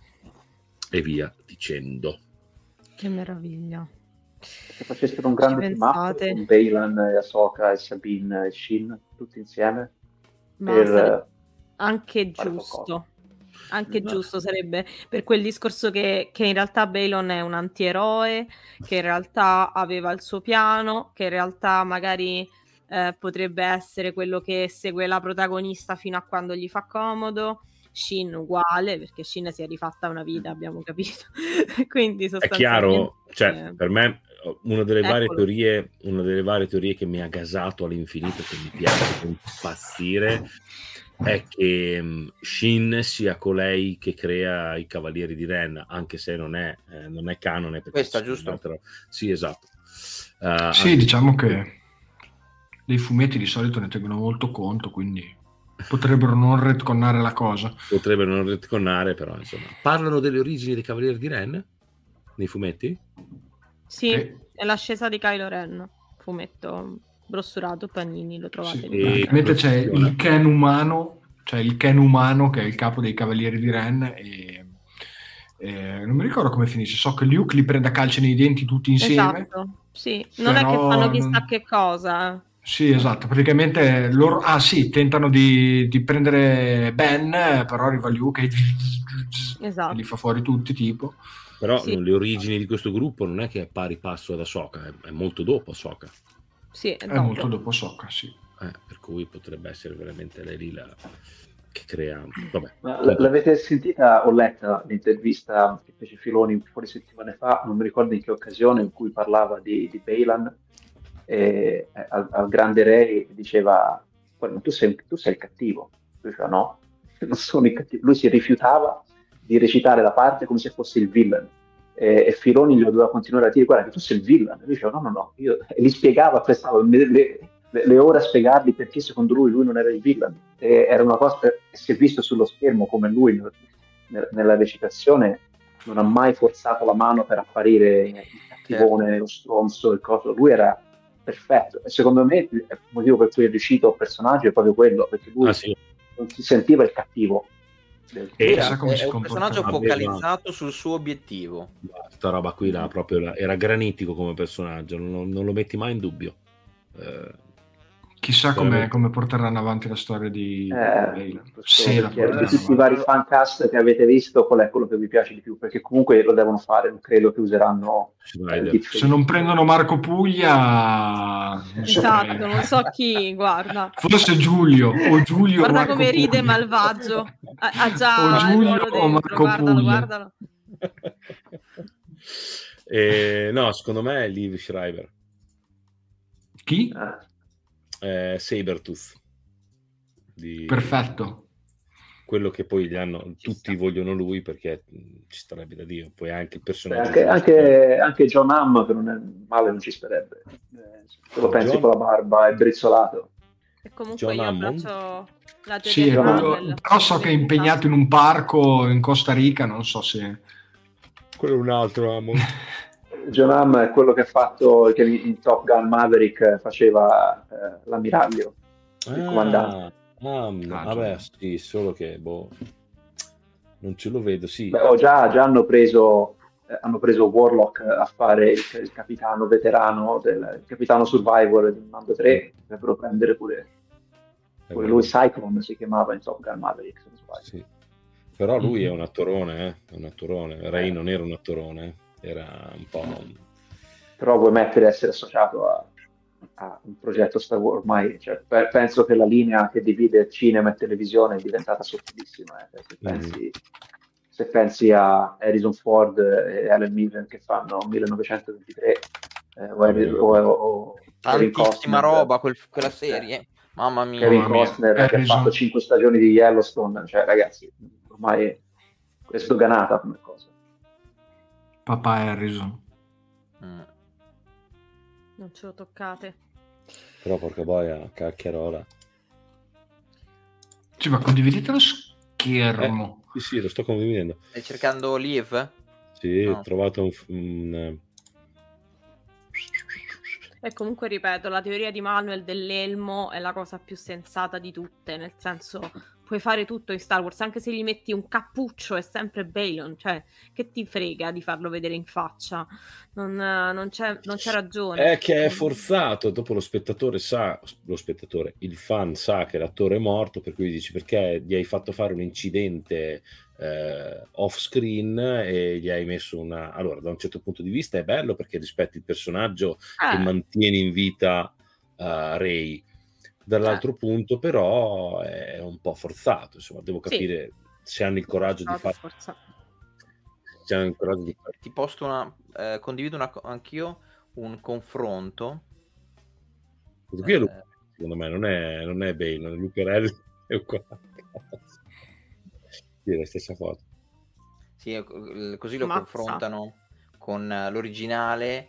S3: e via dicendo.
S5: Che meraviglia.
S4: Se facessero un grande team up con Baylan, Ahsoka e Sabine e Shin tutti insieme, per
S5: anche giusto. Anche giusto sarebbe, per quel discorso che in realtà Baylan è un antieroe, che in realtà aveva il suo piano, che in realtà magari potrebbe essere quello che segue la protagonista fino a quando gli fa comodo. Shin uguale, perché Shin si è rifatta una vita, abbiamo capito. Quindi
S3: è chiaro, cioè, per me una delle varie teorie che mi ha gasato all'infinito, che mi piace impazzire, è che Shin sia colei che crea i Cavalieri di Ren, anche se non è canone.
S2: Questa, giusto?
S3: Sì, esatto.
S1: Sì, diciamo che dei fumetti di solito ne tengono molto conto, quindi potrebbero non retconnare la cosa.
S3: Potrebbero non retconnare, però insomma. Parlano delle origini dei Cavalieri di Ren nei fumetti?
S5: Sì, è l'ascesa di Kylo Ren, fumetto brossurato, Panini, lo trovate.
S1: Sì. Ovviamente c'è il Ken umano, che è il capo dei Cavalieri di Ren, e non mi ricordo come finisce. So che Luke li prende a calci nei denti tutti insieme.
S5: Esatto, sì, non è che fanno chissà che cosa.
S1: Sì, esatto, praticamente loro tentano di prendere Ben, però arriva Luke e li fa fuori tutti, tipo.
S3: Però le origini di questo gruppo non è che è pari passo ad Ahsoka, è molto dopo Ahsoka.
S5: Sì,
S1: è molto dopo Ahsoka, sì.
S3: Per cui potrebbe essere veramente lei lì che crea. Vabbè.
S4: Ma l'avete sentita o letta l'intervista che fece Filoni un po' di settimane fa, non mi ricordo in che occasione, in cui parlava di Baylan, e al grande re diceva: guarda, tu sei il cattivo. Lui diceva: no, non sono il cattivo. Lui si rifiutava di recitare la parte come se fosse il villain, e Filoni gli doveva continuare a dire: guarda che tu sei il villain. Lui diceva: no, e gli spiegava, prestava le ore a spiegargli perché secondo lui non era il villain, e era una cosa che si è visto sullo schermo come lui nella recitazione non ha mai forzato la mano per apparire il cattivone, lo stronzo, il coso. Lui era perfetto, e secondo me il motivo per cui è riuscito il personaggio è proprio quello, perché lui non si sentiva il cattivo.
S2: È un personaggio focalizzato sul suo obiettivo.
S3: Questa roba qui proprio era granitico come personaggio, non lo metti mai in dubbio.
S1: Chissà come porteranno avanti la storia di
S4: tutti i vari fancast che avete visto, qual è quello che vi piace di più? Perché comunque lo devono fare, non credo che useranno
S1: se non prendono Marco Puglia,
S5: non so chi, guarda,
S1: forse Giulio
S5: guarda
S1: Marco
S5: come ride
S1: Puglia.
S5: Malvagio, già
S1: o Giulio o Marco Puglia.
S3: Guardalo. No, secondo me è Liev Schreiber.
S1: Chi?
S3: Sabertooth,
S1: perfetto,
S3: quello che poi tutti vogliono lui, perché ci starebbe da Dio. Poi anche il personaggio
S4: anche John Hamm, che non è male, non ci starebbe, se lo pensi con la barba e brizzolato.
S5: E comunque io abbraccio la
S1: però so che è impegnato in un parco in Costa Rica, non so se
S3: quello è un altro amo.
S4: John Hamm è quello che ha fatto, che in Top Gun Maverick faceva l'ammiraglio, il comandante.
S3: Vabbè, sì, solo che non ce lo vedo, sì.
S4: Già hanno preso Warlock a fare il capitano veterano, il capitano survivor di Mando 3, dovrebbero prendere pure lui. Cyclone si chiamava in Top Gun Maverick, se non sbaglio.
S3: Sì. Però lui è un attorone, Ray non era un attorone, era un po'...
S4: Però vuoi essere associato a un progetto Star Wars ormai, cioè, penso che la linea che divide cinema e televisione è diventata sottilissima. Se pensi a Harrison Ford e Alan Milne che fanno 1923 o
S2: tantissima roba quella serie, mamma mia.
S4: Kevin Costner che ha fatto 5 stagioni di Yellowstone, cioè ragazzi, ormai è sdoganata come cosa.
S1: Papà Harrison.
S5: Non ce lo toccate.
S3: Però porca boia, cacchiarola.
S1: Sì, ma condividete lo schermo.
S3: Sì, lo sto condividendo.
S2: Stai cercando Liev?
S3: Sì,
S2: No.
S3: ho trovato un
S5: E comunque ripeto, la teoria di Manuel dell'elmo è la cosa più sensata di tutte, nel senso puoi fare tutto in Star Wars, anche se gli metti un cappuccio è sempre Balon, cioè che ti frega di farlo vedere in faccia, non c'è ragione.
S3: È che è forzato, dopo lo spettatore, il fan sa che l'attore è morto, per cui dici perché gli hai fatto fare un incidente off screen e gli hai messo una... Allora, da un certo punto di vista è bello perché rispetti il personaggio e mantieni in vita Rey. Dall'altro punto però è un po' forzato, insomma, devo capire se hanno il coraggio di fare... Se hanno il coraggio di fare.
S2: Ti posto condivido anch'io un confronto.
S3: Qui è Luca, secondo me non è Bale, non è Lucarelli, è qua. Sì, è la stessa foto.
S2: Sì, così lo confrontano con l'originale.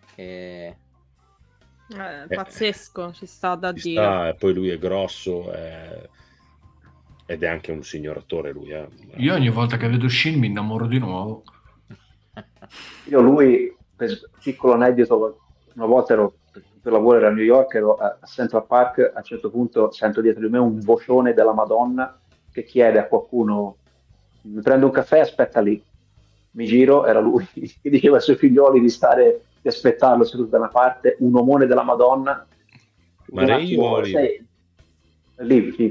S5: Pazzesco, ci sta da dire.
S3: E poi lui è grosso ed è anche un signor attore lui.
S1: Io ogni volta che vedo Shin mi innamoro di nuovo.
S4: Io lui, per piccolo aneddoto, una volta ero per lavoro a New York, ero a Central Park, a un certo punto sento dietro di me un vocione della Madonna che chiede a qualcuno: mi prendo un caffè, aspetta lì. Mi giro, era lui che diceva ai suoi figlioli di aspettarlo seduto da una parte, un omone della Madonna.
S3: Ma Rey o
S4: Liv.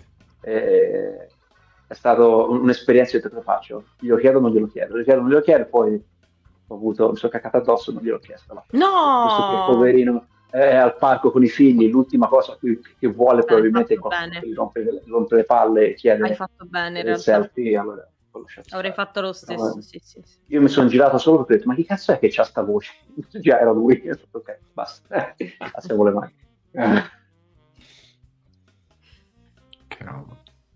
S4: È stato un'esperienza che te lo faccio. Glielo chiedo, non glielo chiedo, poi mi sono caccato addosso, non glielo chiesto.
S5: No!
S4: Questo che poverino è al parco con i figli, l'ultima cosa che vuole probabilmente è qualcuno che gli rompe le palle e chiede.
S5: Hai fatto bene, in
S4: realtà. Selfie, allora
S5: avrei fatto lo stesso. No, sì.
S4: Io mi sono girato solo perché ho detto: ma chi cazzo è che c'ha sta voce? Già era lui. Ok, basta. Se vuole mai.
S1: Che roba.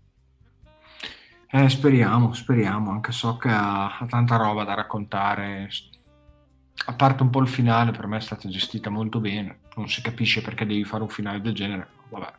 S1: Speriamo, anche so che ha tanta roba da raccontare. A parte un po' il finale, per me è stata gestita molto bene. Non si capisce perché devi fare un finale del genere. Vabbè.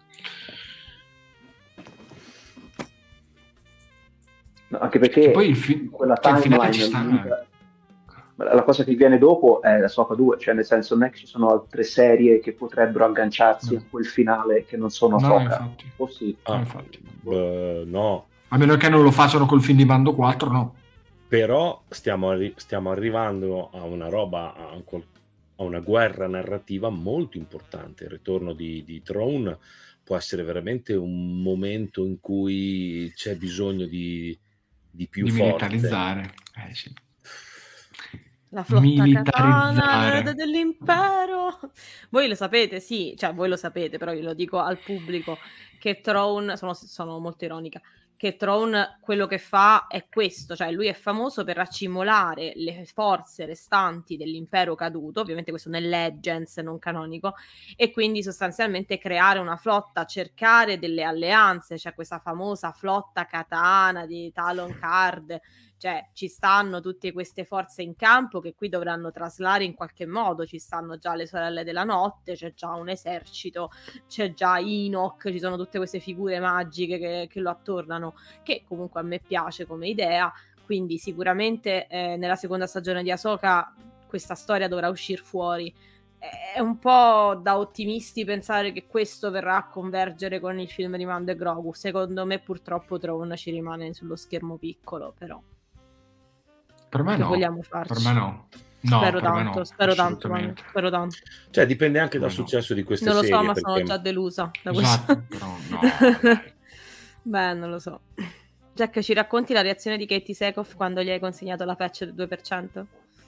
S4: No, anche perché
S1: poi il finale ci sta.
S4: La cosa che viene dopo è la Ahsoka 2, cioè nel senso non è che ci sono altre serie che potrebbero agganciarsi a quel finale che non sono Ahsoka.
S1: Infatti.
S3: No.
S1: A meno che non lo facciano col film di Mando 4, no.
S3: Però stiamo arrivando a una roba, a una guerra narrativa molto importante. Il ritorno di Thrawn può essere veramente un momento in cui c'è bisogno di più forza.
S1: Militarizzare. Sì.
S5: La flotta katana dell'impero. Voi lo sapete, sì, cioè voi lo sapete, però io lo dico al pubblico che Thrawn, sono molto ironica, che Thrawn quello che fa è questo, cioè lui è famoso per raccimolare le forze restanti dell'impero caduto, ovviamente questo nel Legends non canonico, e quindi sostanzialmente creare una flotta, cercare delle alleanze, cioè questa famosa flotta katana di Talon Card, cioè ci stanno tutte queste forze in campo che qui dovranno traslare in qualche modo, ci stanno già le sorelle della notte, c'è già un esercito, c'è già Enoch, ci sono tutte queste figure magiche che lo attornano, che comunque a me piace come idea, quindi sicuramente nella seconda stagione di Ahsoka questa storia dovrà uscire fuori. È un po' da ottimisti pensare che questo verrà a convergere con il film di Mando e Grogu. Secondo me purtroppo Thrawn ci rimane sullo schermo piccolo, però
S1: per me no.
S5: Vogliamo farci?
S1: Per me no. Spero
S5: tanto.
S3: Cioè dipende anche dal successo di queste serie.
S5: Non lo so, ma sono già delusa da
S1: esatto, però no.
S5: Beh, non lo so. Jack, ci racconti la reazione di Katie Sackhoff quando gli hai consegnato la patch del 2%?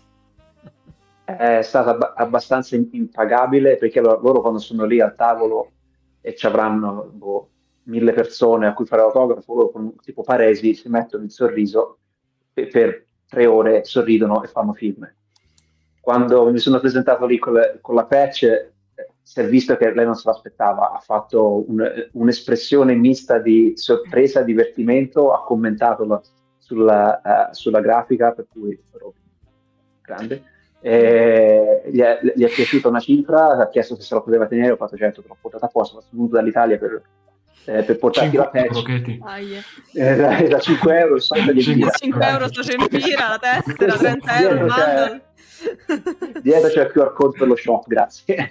S4: È stata abbastanza impagabile, perché loro quando sono lì al tavolo e ci avranno 1000 persone a cui fare l'autografo, loro con tipo Paresi si mettono il sorriso per 3 ore, sorridono e fanno film. Quando mi sono presentato lì con la patch, si è visto che lei non se l'aspettava, ha fatto un'espressione mista di sorpresa, divertimento, ha commentato sulla grafica, per cui grande. Gli è piaciuta una cifra, ha chiesto se la poteva tenere, ho fatto certo, te l'ho portata a posto, sono venuto dall'Italia per portarti la patch. Da 5 euro,
S5: 5 euro sto Cempira, la tessera, 30 euro il bundle.
S4: Dietro c'è il QR code per lo shop, grazie.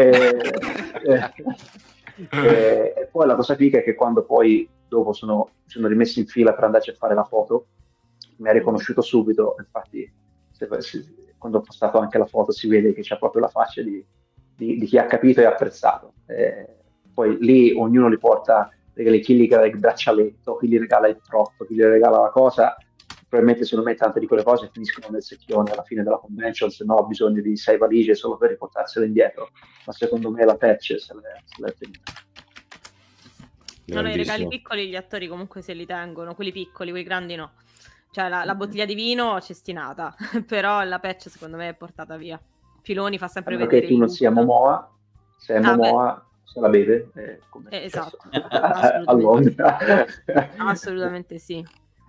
S4: E poi la cosa figa è che quando poi dopo sono rimessi in fila per andarci a fare la foto, mi ha riconosciuto subito, infatti quando ho postato anche la foto si vede che c'è proprio la faccia di chi ha capito e apprezzato. Poi lì ognuno li porta, chi gli regala il braccialetto, chi gli regala il trotto, chi gli regala la cosa. Probabilmente secondo me tante di quelle cose finiscono nel secchione alla fine della convention, se no ho bisogno di 6 valigie solo per riportarsele indietro, ma secondo me la patch se l'è tenuta.
S5: No, i regali piccoli gli attori comunque se li tengono, quelli piccoli, quelli grandi no. Cioè la bottiglia di vino cestinata, però la patch secondo me è portata via. Filoni fa sempre vedere
S4: che tu non sia Momoa, se è Momoa se la beve,
S5: esatto. Assolutamente sì.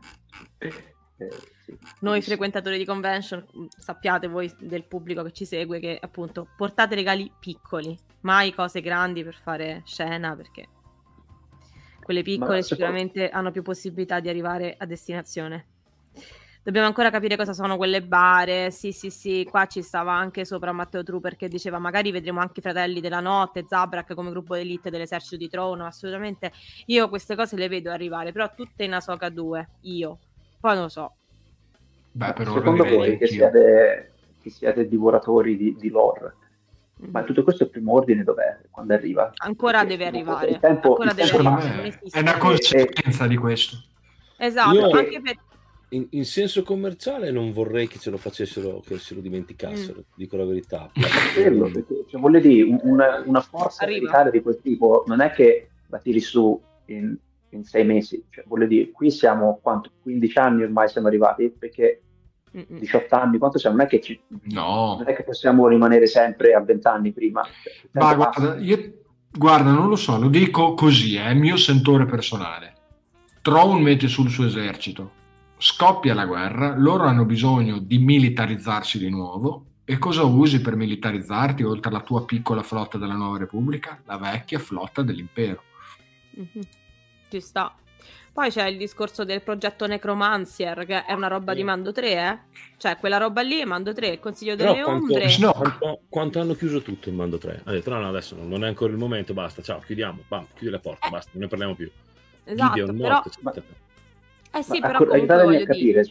S5: Noi frequentatori di convention sappiate voi del pubblico che ci segue che appunto portate regali piccoli, mai cose grandi per fare scena, perché quelle piccole sicuramente hanno più possibilità di arrivare a destinazione. Dobbiamo ancora capire cosa sono quelle bare. Sì, qua ci stava anche sopra Matteo Trooper che diceva magari vedremo anche i Fratelli della Notte, Zabrak come gruppo d'elite dell'esercito di Trono. Assolutamente, io queste cose le vedo arrivare, però tutte in Ahsoka 2, io poi non lo so.
S1: Beh, però
S4: secondo voi che siate divoratori di lore, ma tutto questo è il primo ordine dov'è? Quando arriva?
S5: Ancora deve arrivare.
S4: Il tempo
S1: è una conseguenza di questo.
S5: Esatto, anche per
S3: in senso commerciale non vorrei che ce lo facessero, che se lo dimenticassero, dico la verità.
S4: Quello, perché, cioè, voglio dire, una forza militare di quel tipo non è che la tiri su in 6 mesi, cioè, voglio dire, qui siamo 15 anni ormai siamo arrivati, perché 18 anni, quanto siamo? Non è che non è che possiamo rimanere sempre a 20 anni prima.
S1: Ma guarda, non lo so, lo dico così, è il mio sentore personale. Thrawn mette sul suo esercito, scoppia la guerra, loro hanno bisogno di militarizzarsi di nuovo. E cosa usi per militarizzarti oltre alla tua piccola flotta della Nuova Repubblica? La vecchia flotta dell'impero.
S5: Ci sta. Poi c'è il discorso del progetto Necromancer, che è una roba di Mando 3, Cioè, quella roba lì è Mando 3, il Consiglio delle Ombre.
S3: Quanto hanno chiuso tutto in Mando 3? Ha detto, no, adesso non è ancora il momento, basta, ciao, chiudiamo, chiudi le porte, basta, non ne parliamo più.
S5: Esatto,
S3: Gideon,
S5: però...
S3: sì,
S5: però
S4: aiutatemi a capire.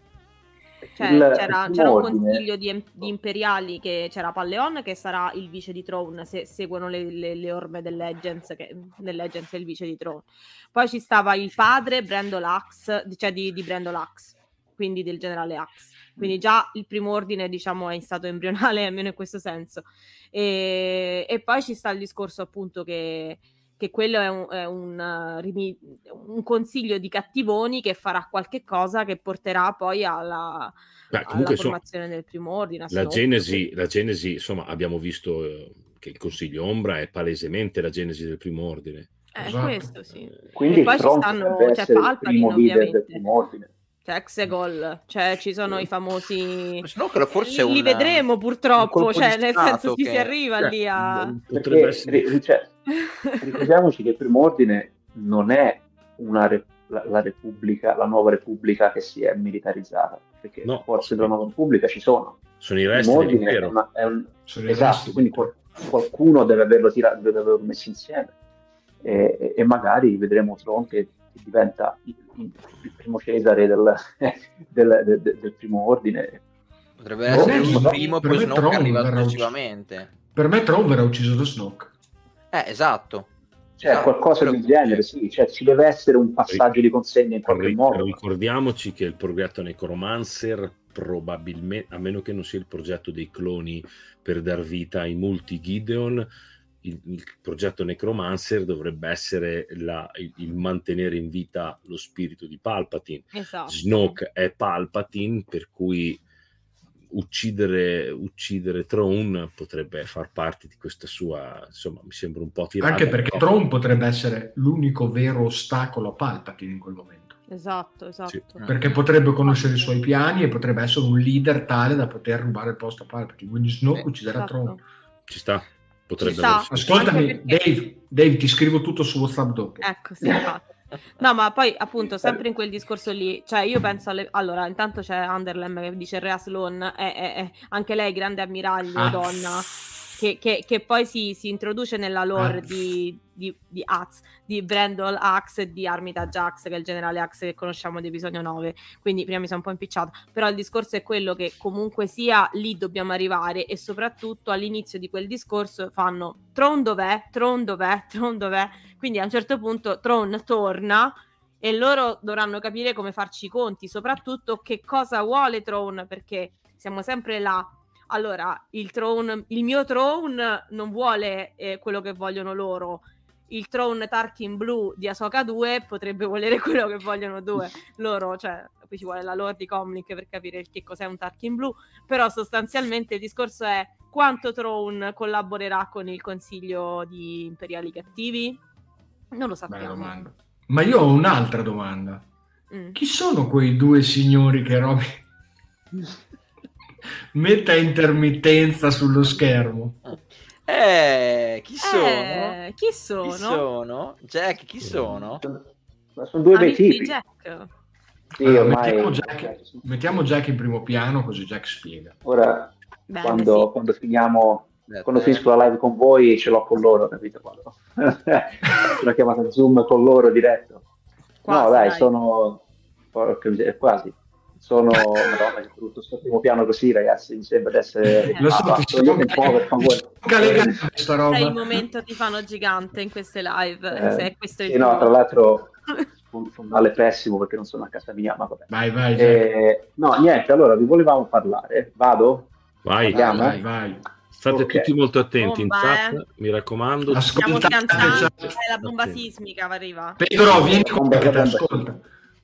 S5: C'era un consiglio di imperiali, che c'era Palleon che sarà il vice di Thrawn, se seguono le orme dell'Agents, che nell'Agents è il vice di Thrawn. Poi ci stava il padre Brandon Axe, cioè di Brandon Axe, quindi del generale Axe. Quindi già il primo ordine, diciamo, è in stato embrionale, almeno in questo senso. E poi ci sta il discorso appunto che quello è un consiglio di cattivoni che farà qualche cosa che porterà poi alla formazione del primo ordine.
S3: La genesi, insomma, abbiamo visto che il Consiglio Ombra è palesemente la genesi del primo ordine.
S1: Esatto.
S5: Questo sì.
S4: Quindi
S5: e poi ci stanno, c'è Palpatine ovviamente. C'è Exegol, cioè ci sono i famosi.
S2: Forse
S5: li vedremo purtroppo, cioè nel senso si arriva lì a.
S4: Ricordiamoci che il primo ordine non è la Repubblica, la nuova Repubblica che si è militarizzata, perché le forze della nuova Repubblica ci sono.
S3: Sono i resti dell'impero.
S4: Esatto, quindi qualcuno deve averlo messo insieme e magari vedremo Thrawn che diventa il primo Cesare del primo ordine.
S2: Potrebbe essere il primo, poi Snoke arriva successivamente.
S1: Per me Thrawn verrà ucciso da Snoke.
S2: Esatto.
S4: Cioè, qualcosa del genere, sì. Cioè, ci deve essere un passaggio di consegna in qualche modo.
S3: Ricordiamoci che il progetto Necromancer probabilmente, a meno che non sia il progetto dei cloni per dar vita ai multi Gideon, il progetto Necromancer dovrebbe essere il mantenere in vita lo spirito di Palpatine.
S5: Esatto.
S3: Snoke è Palpatine, per cui uccidere Thrawn potrebbe far parte di questa sua, insomma, mi sembra un po' tirata.
S1: Anche perché Thrawn potrebbe essere l'unico vero ostacolo a Palpatine in quel momento.
S5: Esatto.
S3: Sì.
S1: Perché potrebbe conoscere i suoi piani e potrebbe essere un leader tale da poter rubare il posto a Palpatine. Quindi Snoke ucciderà Thrawn.
S3: Ci sta, potrebbe
S5: esserci.
S1: Ascoltami,
S5: perché...
S1: Dave, ti scrivo tutto su WhatsApp dopo.
S5: Ecco, sì, infatti. No, ma poi appunto sempre in quel discorso lì, cioè io penso allora, intanto c'è Underlem che dice Rhea Sloan è anche lei grande ammiraglio, donna, che poi si introduce nella lore di Brandon Axe e di Armitage Axe, che è il generale Axe che conosciamo di episodio 9, quindi prima mi sono un po' impicciata, però il discorso è quello che comunque sia lì dobbiamo arrivare, e soprattutto all'inizio di quel discorso fanno Thrawn dov'è? Quindi a un certo punto Thrawn torna e loro dovranno capire come farci i conti, soprattutto che cosa vuole Thrawn, perché siamo sempre là. Allora, il mio Thrawn non vuole quello che vogliono loro. Il Thrawn Tarkin Blue di Ahsoka 2 potrebbe volere quello che vogliono loro, cioè qui ci vuole la lore di Comlink per capire che cos'è un Tarkin Blue, però sostanzialmente il discorso è quanto Thrawn collaborerà con il consiglio di imperiali cattivi? Non lo sappiamo.
S1: Ma io ho un'altra domanda. Chi sono quei due signori che Roby mette a intermittenza sullo schermo?
S2: Chi sono?
S5: Chi sono?
S2: Jack, chi sono?
S4: Sono due bei tipi.
S5: Jack.
S4: Sì,
S1: ormai... mettiamo Jack in primo piano, così Jack spiega.
S4: Ora, quando finiamo... Quando finisco la live con voi ce l'ho con loro, capito? Quando una chiamata Zoom con loro diretto. Quasi, no, dai, sono quasi. Sono Madonna, che brutto sto primo piano così, ragazzi. Mi sembra di essere
S1: lo so, questa roba.
S5: Sei il momento ti fanno gigante in queste live. Se questo è il
S4: no, tra l'altro fondale pessimo perché non sono a casa mia, ma vabbè.
S1: Vai.
S4: No, niente, allora vi volevamo parlare. Vado?
S3: Vai. State tutti molto attenti
S5: bomba,
S3: in chat, mi raccomando.
S5: Stiamo scansando, la bomba sismica arriva.
S1: Pedro, vieni con me, ascolta.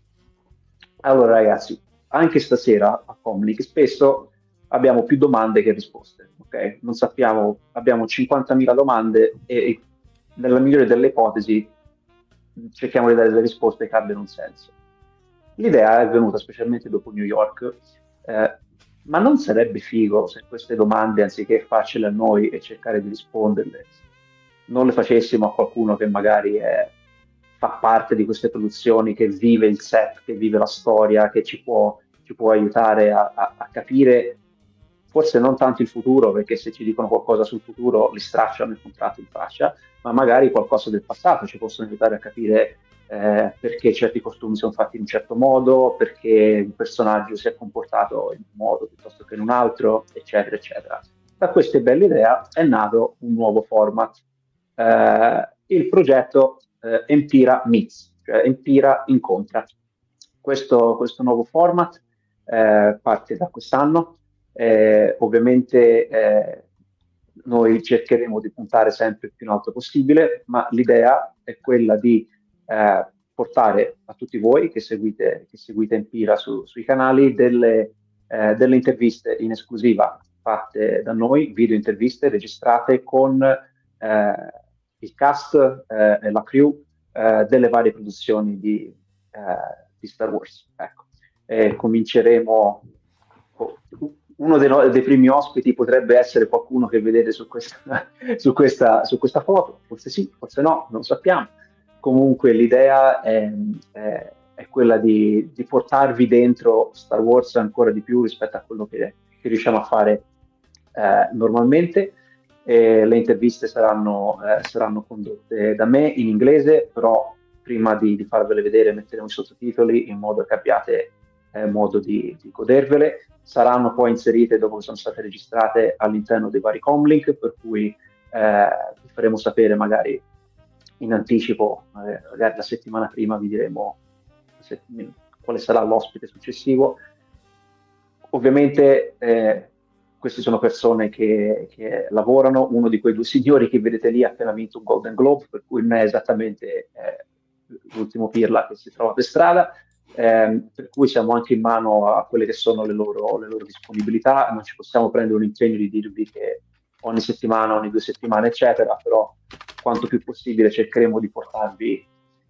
S4: Allora ragazzi, anche stasera a Comlink spesso abbiamo più domande che risposte, ok? Non sappiamo, abbiamo 50.000 domande e nella migliore delle ipotesi cerchiamo di dare delle risposte che abbiano un senso. L'idea è venuta specialmente dopo New York, ma non sarebbe figo se queste domande, anziché farcele a noi e cercare di risponderle, non le facessimo a qualcuno che magari fa parte di queste produzioni, che vive il set, che vive la storia, che ci può aiutare a capire, forse non tanto il futuro, perché se ci dicono qualcosa sul futuro li stracciano il contratto in faccia, ma magari qualcosa del passato, ci possono aiutare a capire perché certi costumi sono fatti in un certo modo, perché un personaggio si è comportato in un modo piuttosto che in un altro, eccetera, eccetera. Da questa bella idea è nato un nuovo format, il progetto Empira Meets, cioè Empira incontra. Questo nuovo format parte da quest'anno, ovviamente noi cercheremo di puntare sempre più in alto possibile, ma l'idea è quella di portare a tutti voi che seguite Empira sui canali delle interviste in esclusiva fatte da noi, video interviste registrate con il cast e la crew delle varie produzioni di Star Wars. Ecco. Cominceremo. Uno dei primi ospiti potrebbe essere qualcuno che vedete su questa foto, forse sì, forse no, non lo sappiamo. Comunque l'idea è quella di portarvi dentro Star Wars ancora di più rispetto a quello che riusciamo a fare normalmente. Le interviste saranno condotte da me in inglese, però prima di farvele vedere metteremo i sottotitoli in modo che abbiate modo di godervele. Saranno poi inserite dopo che sono state registrate all'interno dei vari comlink, per cui vi faremo sapere magari in anticipo, magari la settimana prima vi diremo quale sarà l'ospite successivo. Ovviamente queste sono persone che lavorano. Uno di quei due signori che vedete lì ha appena vinto un Golden Globe, per cui non è esattamente l'ultimo pirla che si trova per strada, per cui siamo anche in mano a quelle che sono le loro disponibilità. Non ci possiamo prendere un impegno di dirvi che ogni settimana, ogni 2 settimane, eccetera, però quanto più possibile cercheremo di portarvi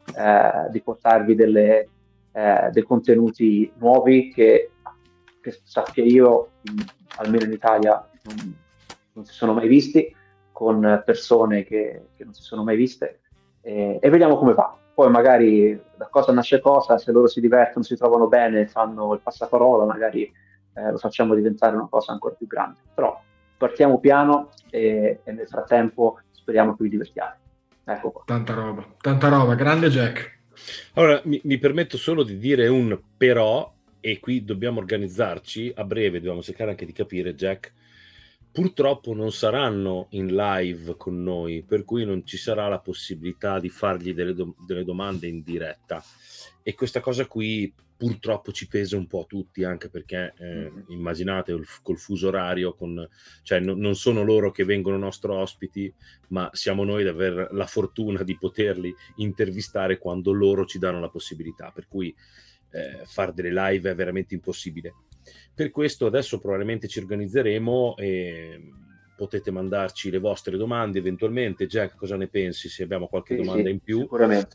S4: dei contenuti nuovi che sappia io, almeno in Italia, non si sono mai visti, con persone che non si sono mai viste, e vediamo come va. Poi magari da cosa nasce cosa, se loro si divertono, si trovano bene, fanno il passaparola, magari lo facciamo diventare una cosa ancora più grande. Però partiamo piano e nel frattempo speriamo che vi divertiate. Ecco qua.
S1: Tanta roba, grande Jack.
S3: Allora, mi permetto solo di dire un però, e qui dobbiamo organizzarci, a breve dobbiamo cercare anche di capire, Jack, purtroppo non saranno in live con noi, per cui non ci sarà la possibilità di fargli delle domande in diretta, e questa cosa qui purtroppo ci pesa un po' a tutti, anche perché immaginate col fuso orario, cioè non sono loro che vengono nostri ospiti, ma siamo noi ad aver la fortuna di poterli intervistare quando loro ci danno la possibilità, per cui fare delle live è veramente impossibile. Per questo adesso probabilmente ci organizzeremo e potete mandarci le vostre domande eventualmente. Jack, cosa ne pensi, se abbiamo qualche domanda in più?
S4: Sicuramente.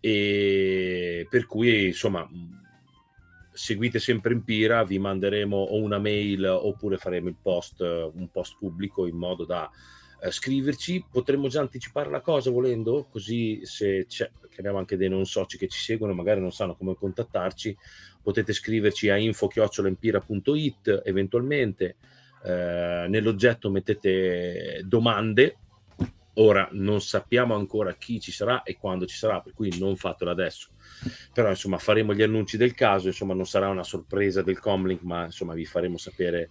S3: E per cui insomma seguite sempre Empira, vi manderemo o una mail oppure faremo un post pubblico in modo da scriverci. Potremmo già anticipare la cosa volendo, così se c'è, perché abbiamo anche dei non soci che ci seguono, magari non sanno come contattarci, potete scriverci a info@empira.it, eventualmente nell'oggetto mettete domande. Ora non sappiamo ancora chi ci sarà e quando ci sarà, per cui non fatelo adesso, però insomma faremo gli annunci del caso, insomma non sarà una sorpresa del Comlink, ma insomma vi faremo sapere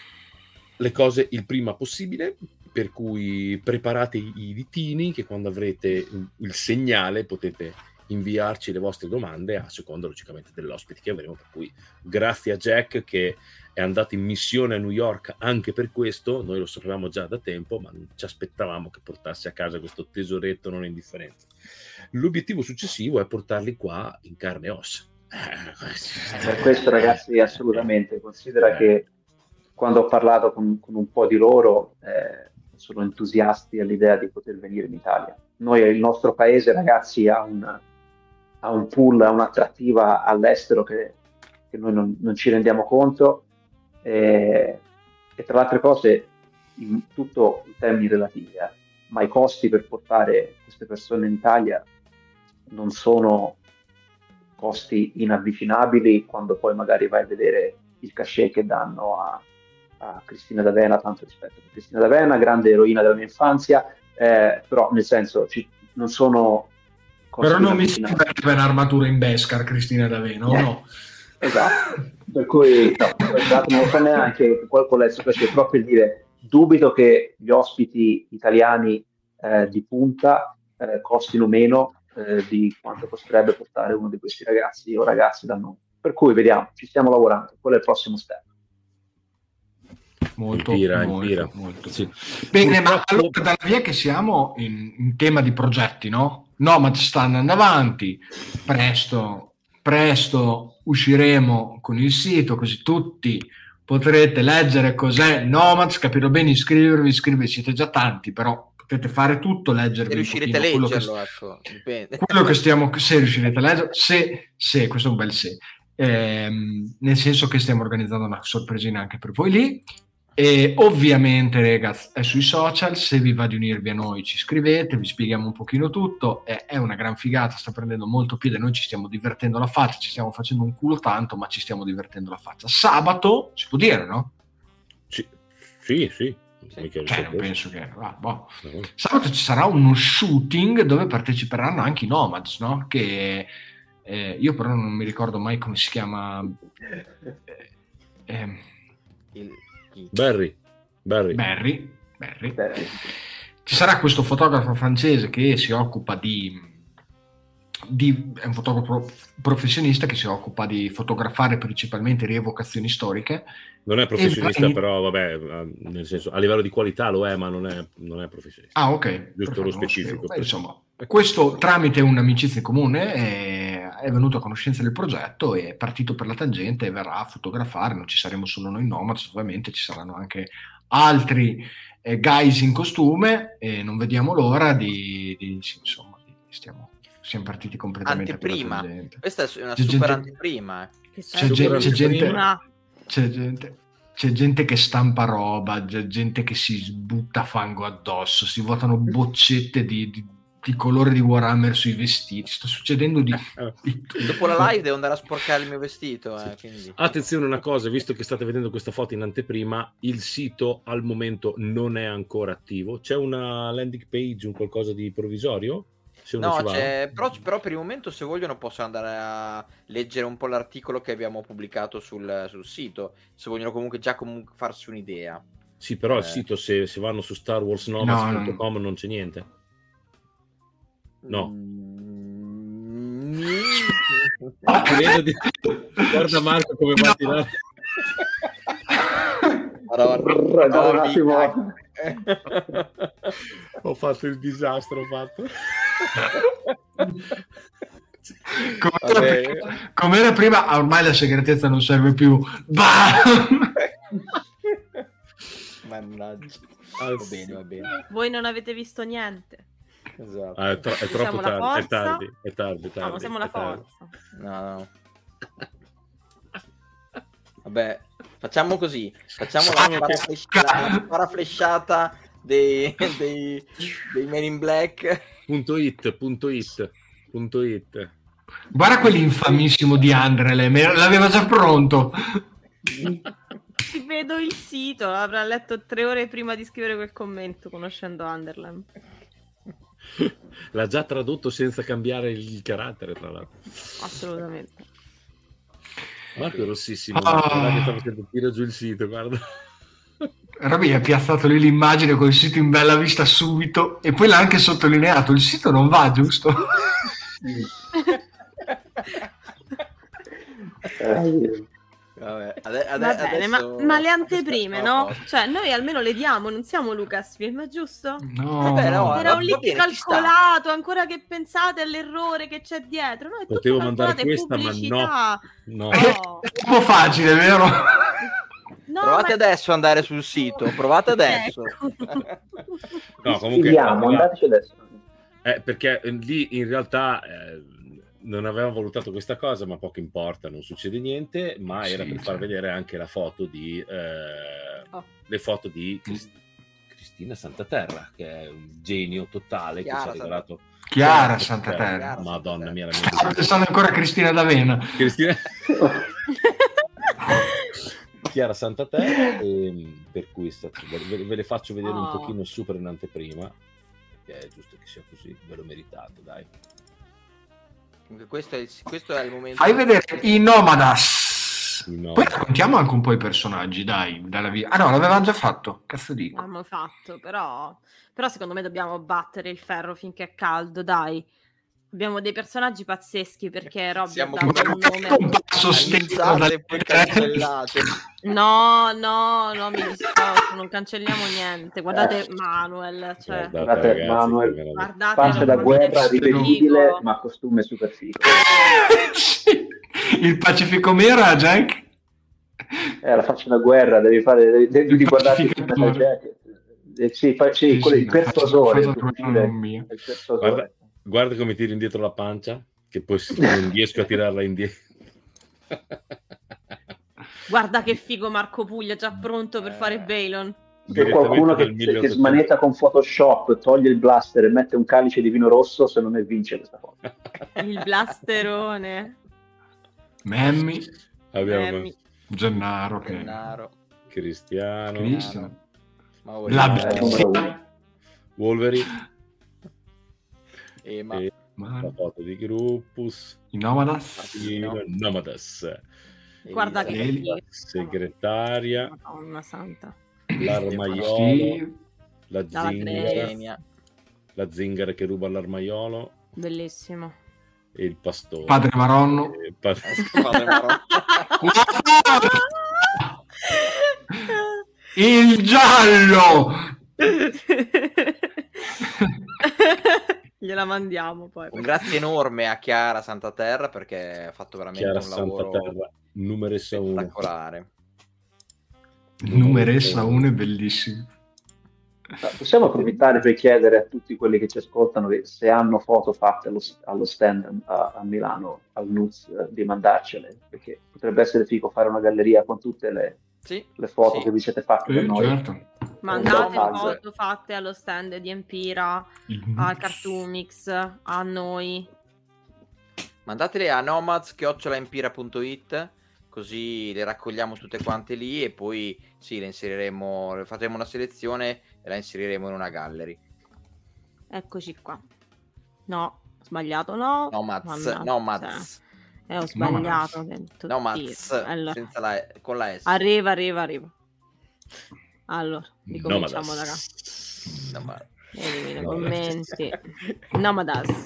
S3: le cose il prima possibile, per cui preparate i ditini, che quando avrete il segnale potete inviarci le vostre domande a seconda logicamente dell'ospite che avremo, per cui grazie a Jack che è andato in missione a New York anche per questo. Noi lo sapevamo già da tempo, ma non ci aspettavamo che portassi a casa questo tesoretto non indifferente. L'obiettivo successivo è portarli qua in carne e ossa.
S4: Per questo, ragazzi, assolutamente, considera che quando ho parlato con un po' di loro sono entusiasti all'idea di poter venire in Italia. Noi, il nostro paese, ragazzi, ha un pool, ha un'attrattiva all'estero che noi non ci rendiamo conto, e tra le altre cose in tutto i termini relativi, ma i costi per portare queste persone in Italia non sono costi inavvicinabili quando poi magari vai a vedere il cachet che danno a Cristina D'Avena. Tanto rispetto per Cristina D'Avena, grande eroina della mia infanzia, però nel senso non sono costi.
S1: Però non mi sembra che aveva un'armatura in Beskar Cristina D'Avena, o no?
S4: Esatto, per cui no, non lo so neanche qual è il suo piacere, proprio il dire, dubito che gli ospiti italiani di punta costino meno di quanto costerebbe portare uno di questi ragazzi o ragazze da noi. Per cui vediamo, ci stiamo lavorando, quello è il prossimo step.
S1: Molto.
S3: Sì.
S1: Bene, ma allora dalla via che siamo in tema di progetti, no? Nomad sta andando avanti, presto usciremo con il sito, così tutti potrete leggere cos'è Nomads, capirlo bene, iscrivervi, siete già tanti, però potete fare tutto, leggervi.
S2: Se riuscirete a leggerlo, ecco,
S1: quello che stiamo, se riuscirete a leggere, se questo è un bel se, nel senso che stiamo organizzando una sorpresina anche per voi lì. E ovviamente, ragazzi, è sui social. Se vi va di unirvi a noi, ci scrivete, vi spieghiamo un pochino tutto. È una gran figata, sta prendendo molto piede, noi ci stiamo divertendo la faccia, ci stiamo facendo un culo tanto, ma ci stiamo divertendo la faccia. Sabato si può dire, no?
S3: Sì.
S1: Cioè, non penso che sabato ci sarà uno shooting dove parteciperanno anche i Nomads, no? Che io però non mi ricordo mai come si chiama.
S3: Barry.
S1: Ci sarà questo fotografo francese che si occupa è un fotografo professionista che si occupa di fotografare principalmente rievocazioni storiche.
S3: Non è professionista, però vabbè, nel senso, a livello di qualità lo è, ma non è professionista.
S1: Ah, ok.
S3: Giusto lo specifico.
S1: Insomma, questo tramite un'amicizia in comune è venuto a conoscenza del progetto e è partito per la tangente e verrà a fotografare. Non ci saremo solo noi Nomads, ovviamente ci saranno anche altri guys in costume e non vediamo l'ora siamo partiti completamente
S2: anteprima.
S1: per la tangente.
S2: Questa è una super anteprima.
S1: C'è gente che stampa roba, c'è gente che si butta fango addosso, si vuotano boccette di colore di Warhammer sui vestiti. Sta succedendo di
S2: Dopo la live devo andare a sporcare il mio vestito. Quindi.
S3: Attenzione una cosa, visto che state vedendo questa foto in anteprima, il sito al momento non è ancora attivo. C'è una landing page, un qualcosa di provvisorio?
S2: No, però per il momento, se vogliono, posso andare a leggere un po' l'articolo che abbiamo pubblicato sul sito, se vogliono comunque farsi un'idea.
S3: Sì, però il sito, se vanno su starwarsnomads.com non c'è niente. No. Guarda Marco come va a tirare. Ho fatto il disastro,
S1: Com'era prima, ormai la segretezza non serve più.
S2: Mannaggia. Va bene.
S5: Voi non avete visto niente.
S2: Esatto.
S3: È troppo tardi. È tardi.
S5: No, siamo la forza.
S2: No. Vabbè, facciamo così. Facciamo la paraflesciata dei Men in Black.
S3: .it.
S1: Guarda quell'infamissimo di Andrelem, l'aveva già pronto.
S5: Vedo il sito, avrà letto 3 ore prima di scrivere quel commento, conoscendo Underland.
S3: L'ha già tradotto senza cambiare il carattere, tra l'altro.
S5: Assolutamente.
S3: Marco è rossissimo, guarda che sta facendo tira giù il sito, guarda.
S1: Roby ha piazzato lì l'immagine con il sito in bella vista subito e poi l'ha anche sottolineato, il sito non va, giusto?
S2: Vabbè,
S5: ma le anteprime, no? Cioè, noi almeno le diamo, non siamo Lucasfilm, giusto?
S1: No,
S5: era un link calcolato, ancora che pensate all'errore che c'è dietro. No, è tutto
S3: potevo mandare questa,
S5: pubblicità.
S3: ma no.
S1: È un po' facile, vero?
S5: No,
S2: provate adesso ad andare sul sito, provate adesso.
S3: No, comunque
S4: andateci adesso.
S3: Perché lì in realtà non avevamo valutato questa cosa, ma poco importa, non succede niente, ma era per far vedere anche la foto di le foto di Cristina Santaterra, che è un genio totale, che ci ha regalato
S1: Chiara Santaterra.
S3: Madonna mia, la
S1: sto pensando ancora a Cristina D'Avena.
S3: Chiara Santaterra, per cui ve le faccio vedere un pochino super in anteprima, che è giusto che sia così, ve lo meritate, dai.
S2: Questo è il momento.
S1: Fai vedere i Nomadas. Poi raccontiamo anche un po' i personaggi, dai, dalla via. Ah no, l'avevamo già fatto, cazzo dico.
S5: L'abbiamo fatto, però secondo me dobbiamo battere il ferro finché è caldo, dai. Abbiamo dei personaggi pazzeschi, perché Robby ha dato un nome. No, mi dissocio, non cancelliamo niente. Guardate Manuel, cioè.
S4: Guardate Manuel, faccia da guerra rivedibile, ma costume super figo.
S1: Il Pacifico Mera, Jack?
S4: La faccia da guerra, devi guardare il persuasore.
S3: Guarda come tiri indietro la pancia, che poi non riesco a tirarla indietro.
S5: Guarda che figo Marco Puglia, già pronto per fare Balon.
S4: C'è qualcuno che smanetta con Photoshop, toglie il blaster e mette un calice di vino rosso, se non ne vince questa cosa.
S5: Il blasterone.
S1: Memmi.
S3: Abbiamo
S1: Gennaro.
S3: Cristiano. Wolverine. La foto di Gruppus,
S1: i Nomadas,
S5: guarda che
S3: segretaria,
S5: Madonna santa,
S3: l'armaiolo, la zingara che ruba l'armaiolo,
S5: bellissimo,
S3: e il pastore,
S1: padre Maronno, il giallo.
S5: Gli gliela mandiamo poi.
S2: Un grazie enorme a Chiara Santaterra perché ha fatto veramente
S3: Chiara
S2: un lavoro
S3: Santaterra, numeressa 1.
S2: spettacolare.
S1: Numeressa 1 è bellissimo.
S4: Possiamo approfittare per chiedere a tutti quelli che ci ascoltano che se hanno foto fatte allo stand a Milano, al NUZ, di mandarcele, perché potrebbe essere figo fare una galleria con tutte le foto che vi siete fatte per noi.
S1: Certo.
S5: Mandate foto fatte allo stand di Empira, al Cartoomix, a noi.
S2: Mandatele a nomads@empira.it, così le raccogliamo tutte quante lì e poi le inseriremo, faremo una selezione e la inseriremo in una gallery.
S5: Eccoci qua. No, ho sbagliato, no.
S2: Nomads.
S5: Ho sbagliato.
S2: Nomads,
S5: allora.
S2: con la S.
S5: Arriva. Allora, ricominciamo da
S2: qua.
S5: Elimina commenti. Nomadas.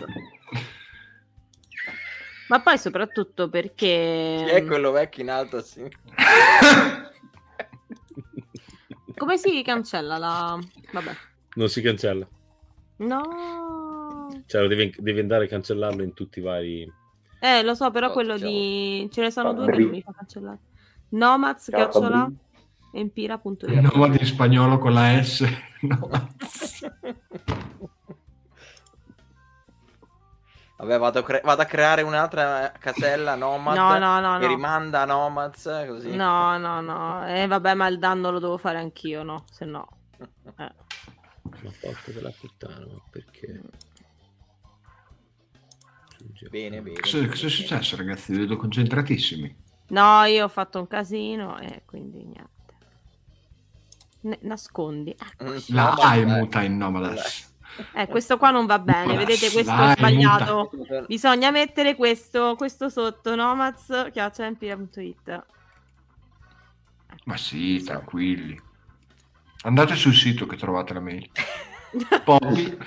S5: Ma poi soprattutto perché...
S2: Chi è quello vecchio in alto a sinistra?
S5: Come si cancella la... Vabbè.
S3: Non si cancella.
S5: No.
S3: Cioè, devi andare a cancellarlo in tutti i vari...
S5: Lo so, però quello di... Ce ne sono 2 che non mi fa cancellare. Nomads@empira.it.
S1: Nomad in spagnolo con la S. Nomads.
S2: Vabbè, vado a creare un'altra casella Nomad che rimanda a Nomads, così.
S5: No. Vabbè, ma il danno lo devo fare anch'io, no? Se no.
S3: Ma porca della puttana, ma perché?
S2: Bene.
S1: Cosa è successo, ragazzi? Vi vedo concentratissimi.
S5: No, io ho fatto un casino e quindi niente. Nascondi.
S1: La hai muta in Nomads.
S5: Questo qua non va bene, vedete, questo è sbagliato. Bisogna mettere questo sotto, nomads@empira.it.
S1: Ma sì, tranquilli. Andate sul sito che trovate la mail. Poppy.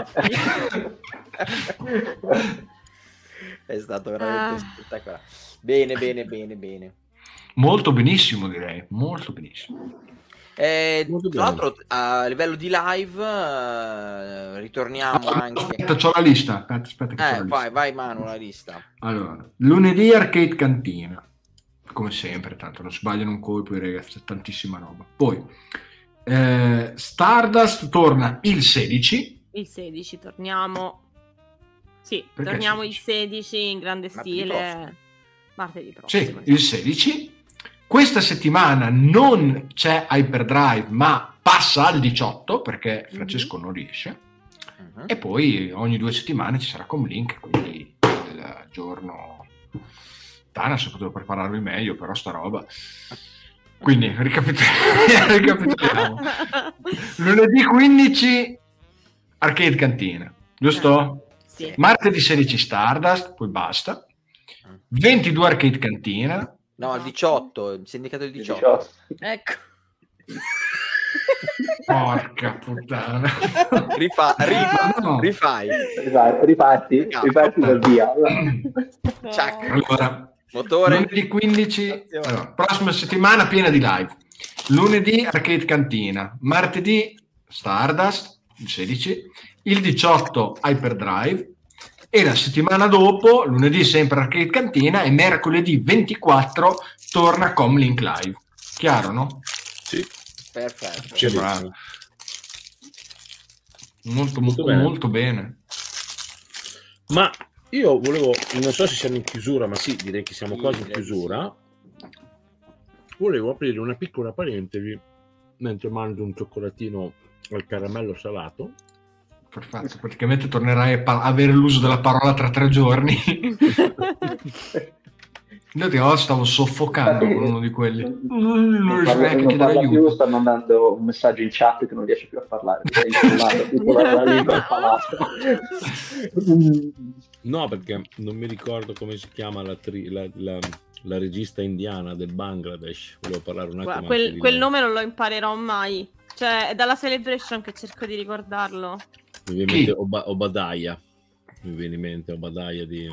S2: È stato veramente spettacolare. Bene.
S1: Molto benissimo, direi. Molto benissimo.
S2: Tra l'altro a livello di live ritorniamo anche.
S1: C'ho la lista. Aspetta
S2: vai Manu, la lista.
S1: Allora, lunedì Arcade Cantina, come sempre, tanto non sbagliano un colpo i ragazzi, tantissima roba. Poi Stardust torna il 16.
S5: Il 16 torniamo. Sì,
S1: perché
S5: torniamo
S1: 16?
S5: Il 16 in grande stile. Martedì prossimo.
S1: Sì, il 16. Questa settimana non c'è Hyperdrive, ma passa al 18 perché Francesco non riesce. E poi ogni 2 settimane ci sarà Comlink, quindi il giorno... Tana se potevo prepararvi meglio, però sta roba. Quindi ricapitoliamo. Lunedì 15 Arcade Cantina, giusto?
S5: Sì.
S1: Martedì 16 Stardust, poi basta. 22 Arcade Cantina.
S2: No, il 18, si è indicato il 18.
S5: Ecco.
S1: Porca puttana.
S2: Rifai.
S4: Riparti dal via.
S1: Allora,
S2: motore.
S1: Lunedì 15, allora, prossima settimana piena di live. Lunedì Arcade Cantina, martedì Stardust, il 16, il 18 Hyperdrive, e la settimana dopo, lunedì sempre Arcade Cantina, e mercoledì 24 torna Comlink Live. Chiaro, no?
S3: Sì.
S2: Perfetto.
S1: Sì, bravo. Molto bene.
S3: Ma io volevo, non so se siamo in chiusura, ma sì, direi che siamo quasi in chiusura. Volevo aprire una piccola parentesi mentre mangio un cioccolatino al caramello salato.
S1: Perfetto, praticamente tornerai a avere l'uso della parola tra 3 giorni. Io stavo soffocando con uno di quelli.
S4: Non parla più, sta mandando un messaggio in chat che non riesce più a parlare.
S3: No, perché non mi ricordo come si chiama la regista indiana del Bangladesh. Volevo parlare un attimo.
S5: Quel nome non lo imparerò mai. Cioè, è dalla Celebration che cerco di ricordarlo.
S3: Mi viene in mente Obadiah. Mi viene in mente Obadiah di...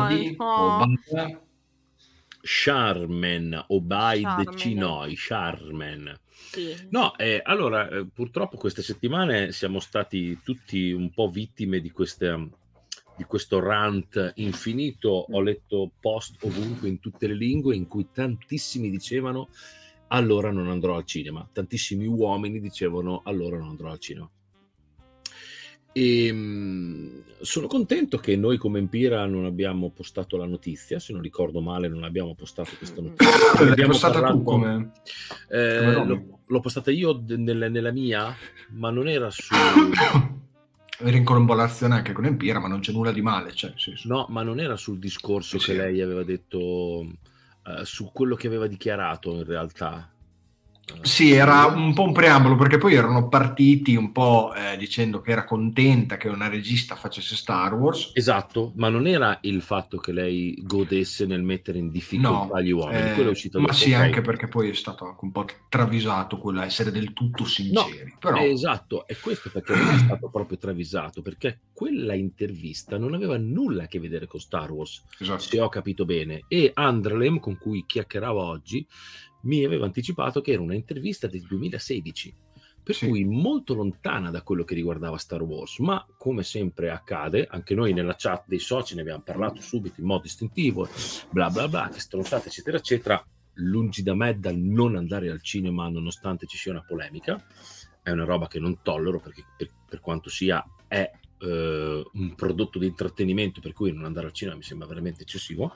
S3: Charmen, Obaid Cinoi, Charmen.
S5: Sì.
S3: No, allora, purtroppo queste settimane siamo stati tutti un po' vittime di queste di questo rant infinito, ho letto post ovunque in tutte le lingue in cui tantissimi dicevano allora non andrò al cinema, tantissimi uomini dicevano allora non andrò al cinema. E sono contento che noi come Empira non abbiamo postato la notizia, se non ricordo male non abbiamo postato questa notizia.
S1: L'hai postata tu come
S3: l'ho postata io nella mia, ma non era su...
S1: Era in collaborazione anche con Empira, ma non c'è nulla di male, cioè, sì.
S3: No, ma non era sul discorso che lei aveva detto, su quello che aveva dichiarato in realtà.
S1: Sì, era un po' un preambolo, perché poi erano partiti un po' dicendo che era contenta che una regista facesse Star Wars.
S3: Esatto, ma non era il fatto che lei godesse nel mettere in difficoltà gli uomini. Quello è uscito
S1: ma
S3: dopo,
S1: sì,
S3: okay.
S1: Anche perché poi è stato anche un po' travisato quello a essere del tutto sinceri.
S3: No,
S1: però...
S3: esatto, e questo perché non è stato proprio travisato, perché quella intervista non aveva nulla a che vedere con Star Wars,
S1: esatto.
S3: Se ho capito bene, e Andrelem, con cui chiacchieravo oggi, mi aveva anticipato che era una intervista del 2016, per cui molto lontana da quello che riguardava Star Wars, ma come sempre accade, anche noi nella chat dei soci ne abbiamo parlato subito in modo istintivo, bla bla bla, che stronzate eccetera eccetera, lungi da me dal non andare al cinema nonostante ci sia una polemica, è una roba che non tollero perché per quanto sia è un prodotto di intrattenimento, per cui non andare al cinema mi sembra veramente eccessivo.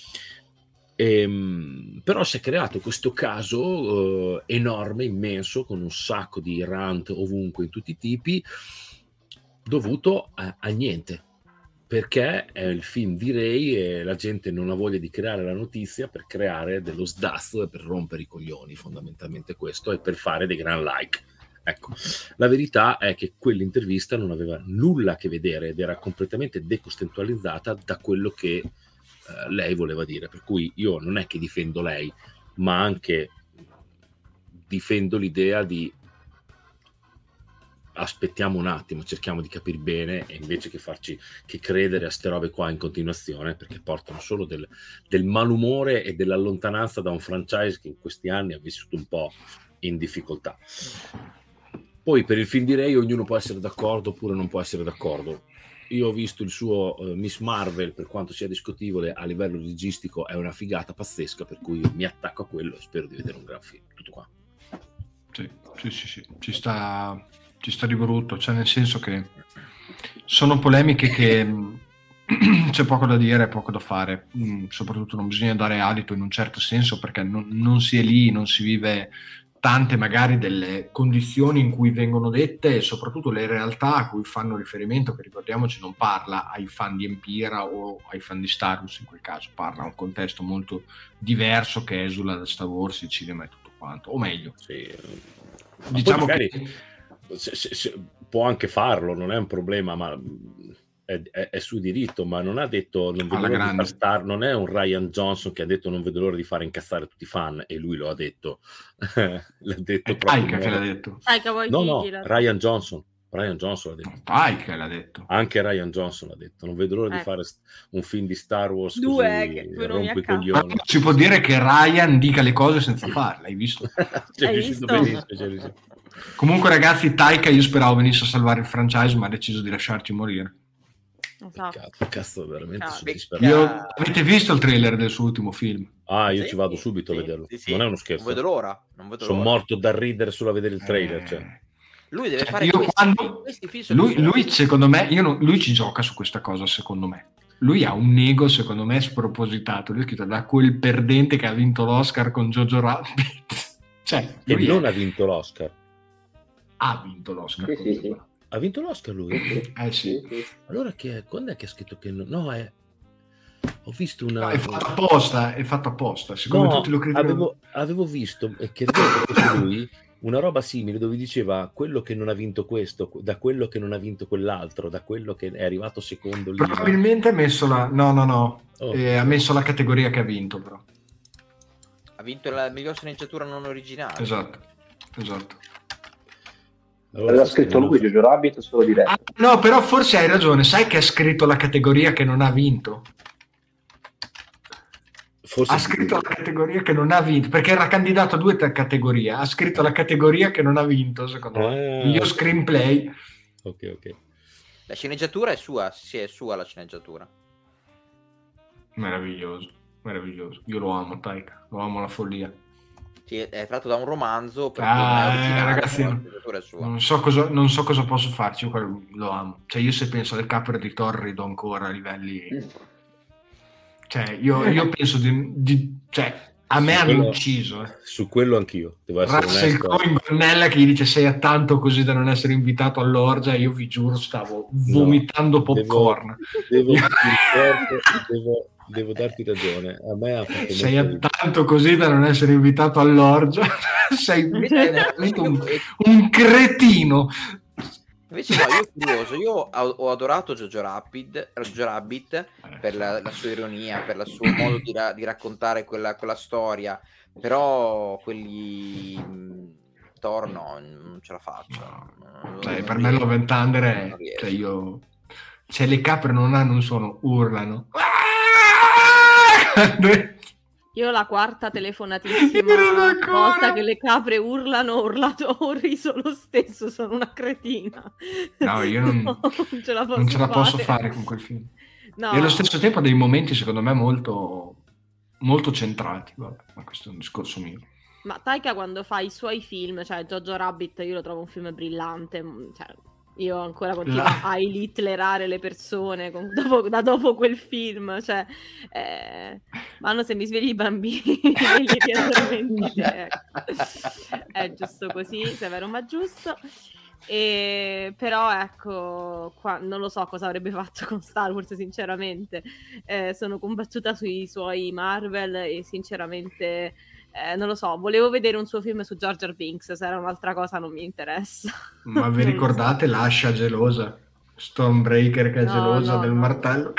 S3: Però si è creato questo caso enorme, immenso, con un sacco di rant ovunque in tutti i tipi, dovuto a niente, perché è il film di Rey e la gente non ha voglia di creare la notizia per creare dello sdazzo e per rompere i coglioni, fondamentalmente questo, e per fare dei gran like. Ecco, la verità è che quell'intervista non aveva nulla a che vedere ed era completamente decontestualizzata da quello che lei voleva dire, per cui io non è che difendo lei, ma anche difendo l'idea di aspettiamo un attimo, cerchiamo di capire bene, e invece che credere a ste robe qua in continuazione, perché portano solo del malumore e dell'allontananza da un franchise che in questi anni ha vissuto un po' in difficoltà. Poi per il film di Rey ognuno può essere d'accordo oppure non può essere d'accordo. Io ho visto il suo Miss Marvel, per quanto sia discutibile a livello registico è una figata pazzesca, per cui io mi attacco a quello e spero di vedere un gran film. Tutto qua.
S1: Sì. Ci sta di brutto, cioè nel senso che sono polemiche che c'è poco da dire, poco da fare, soprattutto non bisogna dare adito in un certo senso, perché non si è lì, non si vive tante magari delle condizioni in cui vengono dette e soprattutto le realtà a cui fanno riferimento, che ricordiamoci non parla ai fan di Empira o ai fan di Star Wars, in quel caso parla a un contesto molto diverso che esula da Star Wars, il cinema e tutto quanto, o meglio diciamo
S3: magari,
S1: che
S3: se può anche farlo, non è un problema, ma è suo diritto, ma non ha detto non vedo l'ora di far Star, non è un Ryan Johnson che ha detto non vedo l'ora di fare incazzare tutti i fan, e lui lo ha detto l'ha detto
S1: Taika che l'ha detto.
S3: No, Ryan Johnson l'ha detto.
S1: Taika l'ha detto.
S3: Anche Ryan Johnson l'ha detto non vedo l'ora di fare un film di Star Wars
S5: così
S3: rompo i coglioni.
S1: Si può dire che Ryan dica le cose senza farle, hai visto?
S3: C'è riuscito benissimo.
S1: Comunque ragazzi, Taika io speravo venisse a salvare il franchise, ma ha deciso di lasciarci morire.
S3: Cazzo, veramente
S1: avete visto il trailer del suo ultimo film?
S3: Io ci vado subito a vederlo. Non è uno scherzo,
S2: non vedo l'ora.
S3: Sono morto da ridere solo a vedere il trailer, cioè.
S2: Lui deve fare questi film.
S1: Lui secondo me lui ci gioca su questa cosa, secondo me. Lui ha un ego secondo me spropositato. Lui è scritto da quel perdente che ha vinto l'Oscar con Jojo Rabbit. Cioè,
S3: e non ha vinto l'Oscar.
S1: Ha vinto l'Oscar.
S4: Sì.
S3: Ha vinto l'Oscar lui?
S1: Sì.
S3: Allora quando è che ha scritto che no? Ho visto una...
S1: è fatto apposta. Secondo tutti lo credevano.
S3: Avevo visto che fosse lui una roba simile dove diceva quello che non ha vinto questo, da quello che non ha vinto quell'altro, da quello che è arrivato secondo lì.
S1: Probabilmente ha messo la... No. Ha messo la categoria che ha vinto, però.
S2: Ha vinto la miglior sceneggiatura non originale.
S1: Esatto.
S4: Aveva scritto lui Jojo Rabbit solo diretto.
S1: No, però forse hai ragione. Sai che ha scritto la categoria che non ha vinto? Ha scritto la categoria che non ha vinto, perché era candidato a 2 categorie. Ha scritto la categoria che non ha vinto, secondo me. Miglior screenplay.
S3: Ok.
S2: La sceneggiatura è sua, sì, è sua la sceneggiatura.
S1: Meraviglioso. Io lo amo, Taika, lo amo alla follia.
S2: Sì, è tratto da un romanzo, per cui non è originale,
S1: ragazzi,
S2: però la sceneggiatura è sua.
S1: non so cosa posso farci, lo amo. Cioè, io se penso alle capre di Thor rido ancora a livelli... Cioè, io penso cioè, a me hanno ucciso.
S3: Su quello anch'io, devo essere
S1: Russell Crowe in gonnella che gli dice sei a tanto così da non essere invitato all'orgia, io vi giuro stavo vomitando popcorn.
S3: Devo darti ragione, a me ha fatto
S1: sei a tanto così da non essere invitato all'orgia. Sei veramente un cretino.
S2: Invece no, io curioso, io ho adorato Jojo Rabbit per la sua ironia, per il suo modo di raccontare quella storia, però quelli Thor no, non ce la faccio.
S1: Per me Love and Thunder è... Cioè le capre non hanno un suono, urlano.
S5: Io la quarta telefonatissima volta che le capre urlano, ho urlato, ho riso lo stesso, sono una cretina.
S1: No, io non ce la posso fare con quel film. No. E allo stesso tempo ha dei momenti secondo me molto, molto centrati, vabbè, ma questo è un discorso mio.
S5: Ma Taika quando fa i suoi film, cioè Jojo Rabbit, io lo trovo un film brillante, cioè... Io ancora continuo a hitlerare le persone dopo quel film, cioè ma se mi svegli i bambini li riaddormentite, è giusto così, severo ma giusto. Però ecco qua, non lo so cosa avrebbe fatto con Star Wars sinceramente, sono combattuta sui suoi Marvel e sinceramente non lo so, volevo vedere un suo film su Jar Jar Binks, se era un'altra cosa non mi interessa.
S1: Ma vi ricordate l'ascia gelosa? Stormbreaker che è gelosa del martello?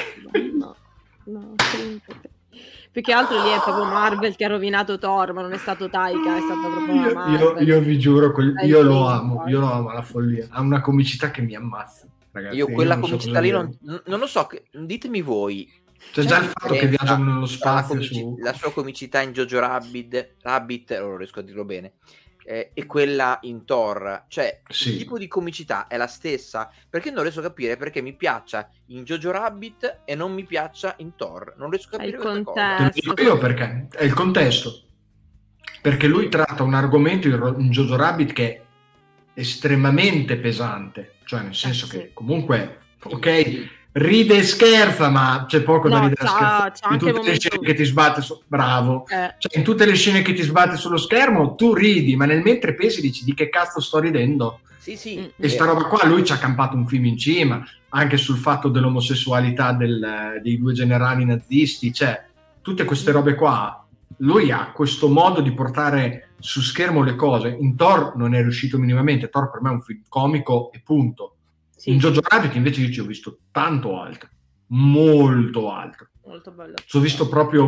S5: No, più che altro lì è proprio Marvel che ha rovinato Thor, ma non è stato Taika, è stato proprio Marvel.
S1: Io vi giuro, io lo amo alla follia, ha una comicità che mi ammazza, ragazzi.
S2: Io quella comicità lì non lo so, ditemi voi.
S1: C'è già il fatto che viaggiano nello spazio
S2: la sua comicità in Jojo Rabbit, non riesco a dirlo bene, e quella in Thor, cioè il tipo di comicità è la stessa, perché non riesco a capire perché mi piaccia in Jojo Rabbit e non mi piaccia in Thor, non riesco a capire questa cosa.
S1: Te lo dico io perché è il contesto, perché lui tratta un argomento in Jojo Rabbit che è estremamente pesante, cioè nel senso che comunque ride e scherza, ma c'è poco da ridere e scherzare. In tutte le scene che ti sbatte bravo. Cioè, in tutte le scene che ti sbatte sullo schermo tu ridi, ma nel mentre pensi dici di che cazzo sto ridendo?
S2: Sì.
S1: E sta roba qua lui ci ha campato un film in cima, anche sul fatto dell'omosessualità dei due generali nazisti, cioè tutte queste robe qua. Lui ha questo modo di portare su schermo le cose. In Thor non è riuscito minimamente. Thor per me è un film comico e punto. In Jojo Rabbit invece io ci ho visto tanto altro, molto altro.
S5: Molto bello.
S1: Ci ho visto proprio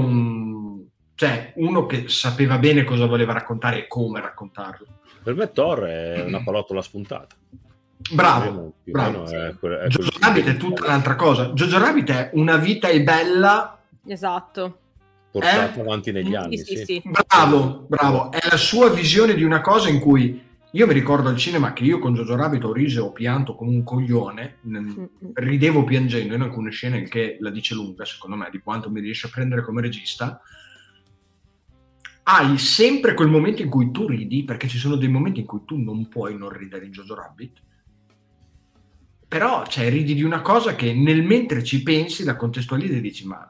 S1: uno che sapeva bene cosa voleva raccontare e come raccontarlo.
S3: Per me Thor è una pallottola spuntata.
S1: Bravo. Jojo Rabbit è tutta un'altra cosa. Jojo Rabbit è una vita è bella.
S5: Esatto.
S3: Portata avanti negli anni. Sì.
S1: Bravo. È la sua visione di una cosa in cui io mi ricordo al cinema che io con Jojo Rabbit ho riso e ho pianto come un coglione, ridevo piangendo in alcune scene, il che la dice lunga secondo me di quanto mi riesce a prendere come regista. Hai sempre quel momento in cui tu ridi, perché ci sono dei momenti in cui tu non puoi non ridere in Jojo Rabbit, però ridi di una cosa che nel mentre ci pensi la contestualizzi e dici ma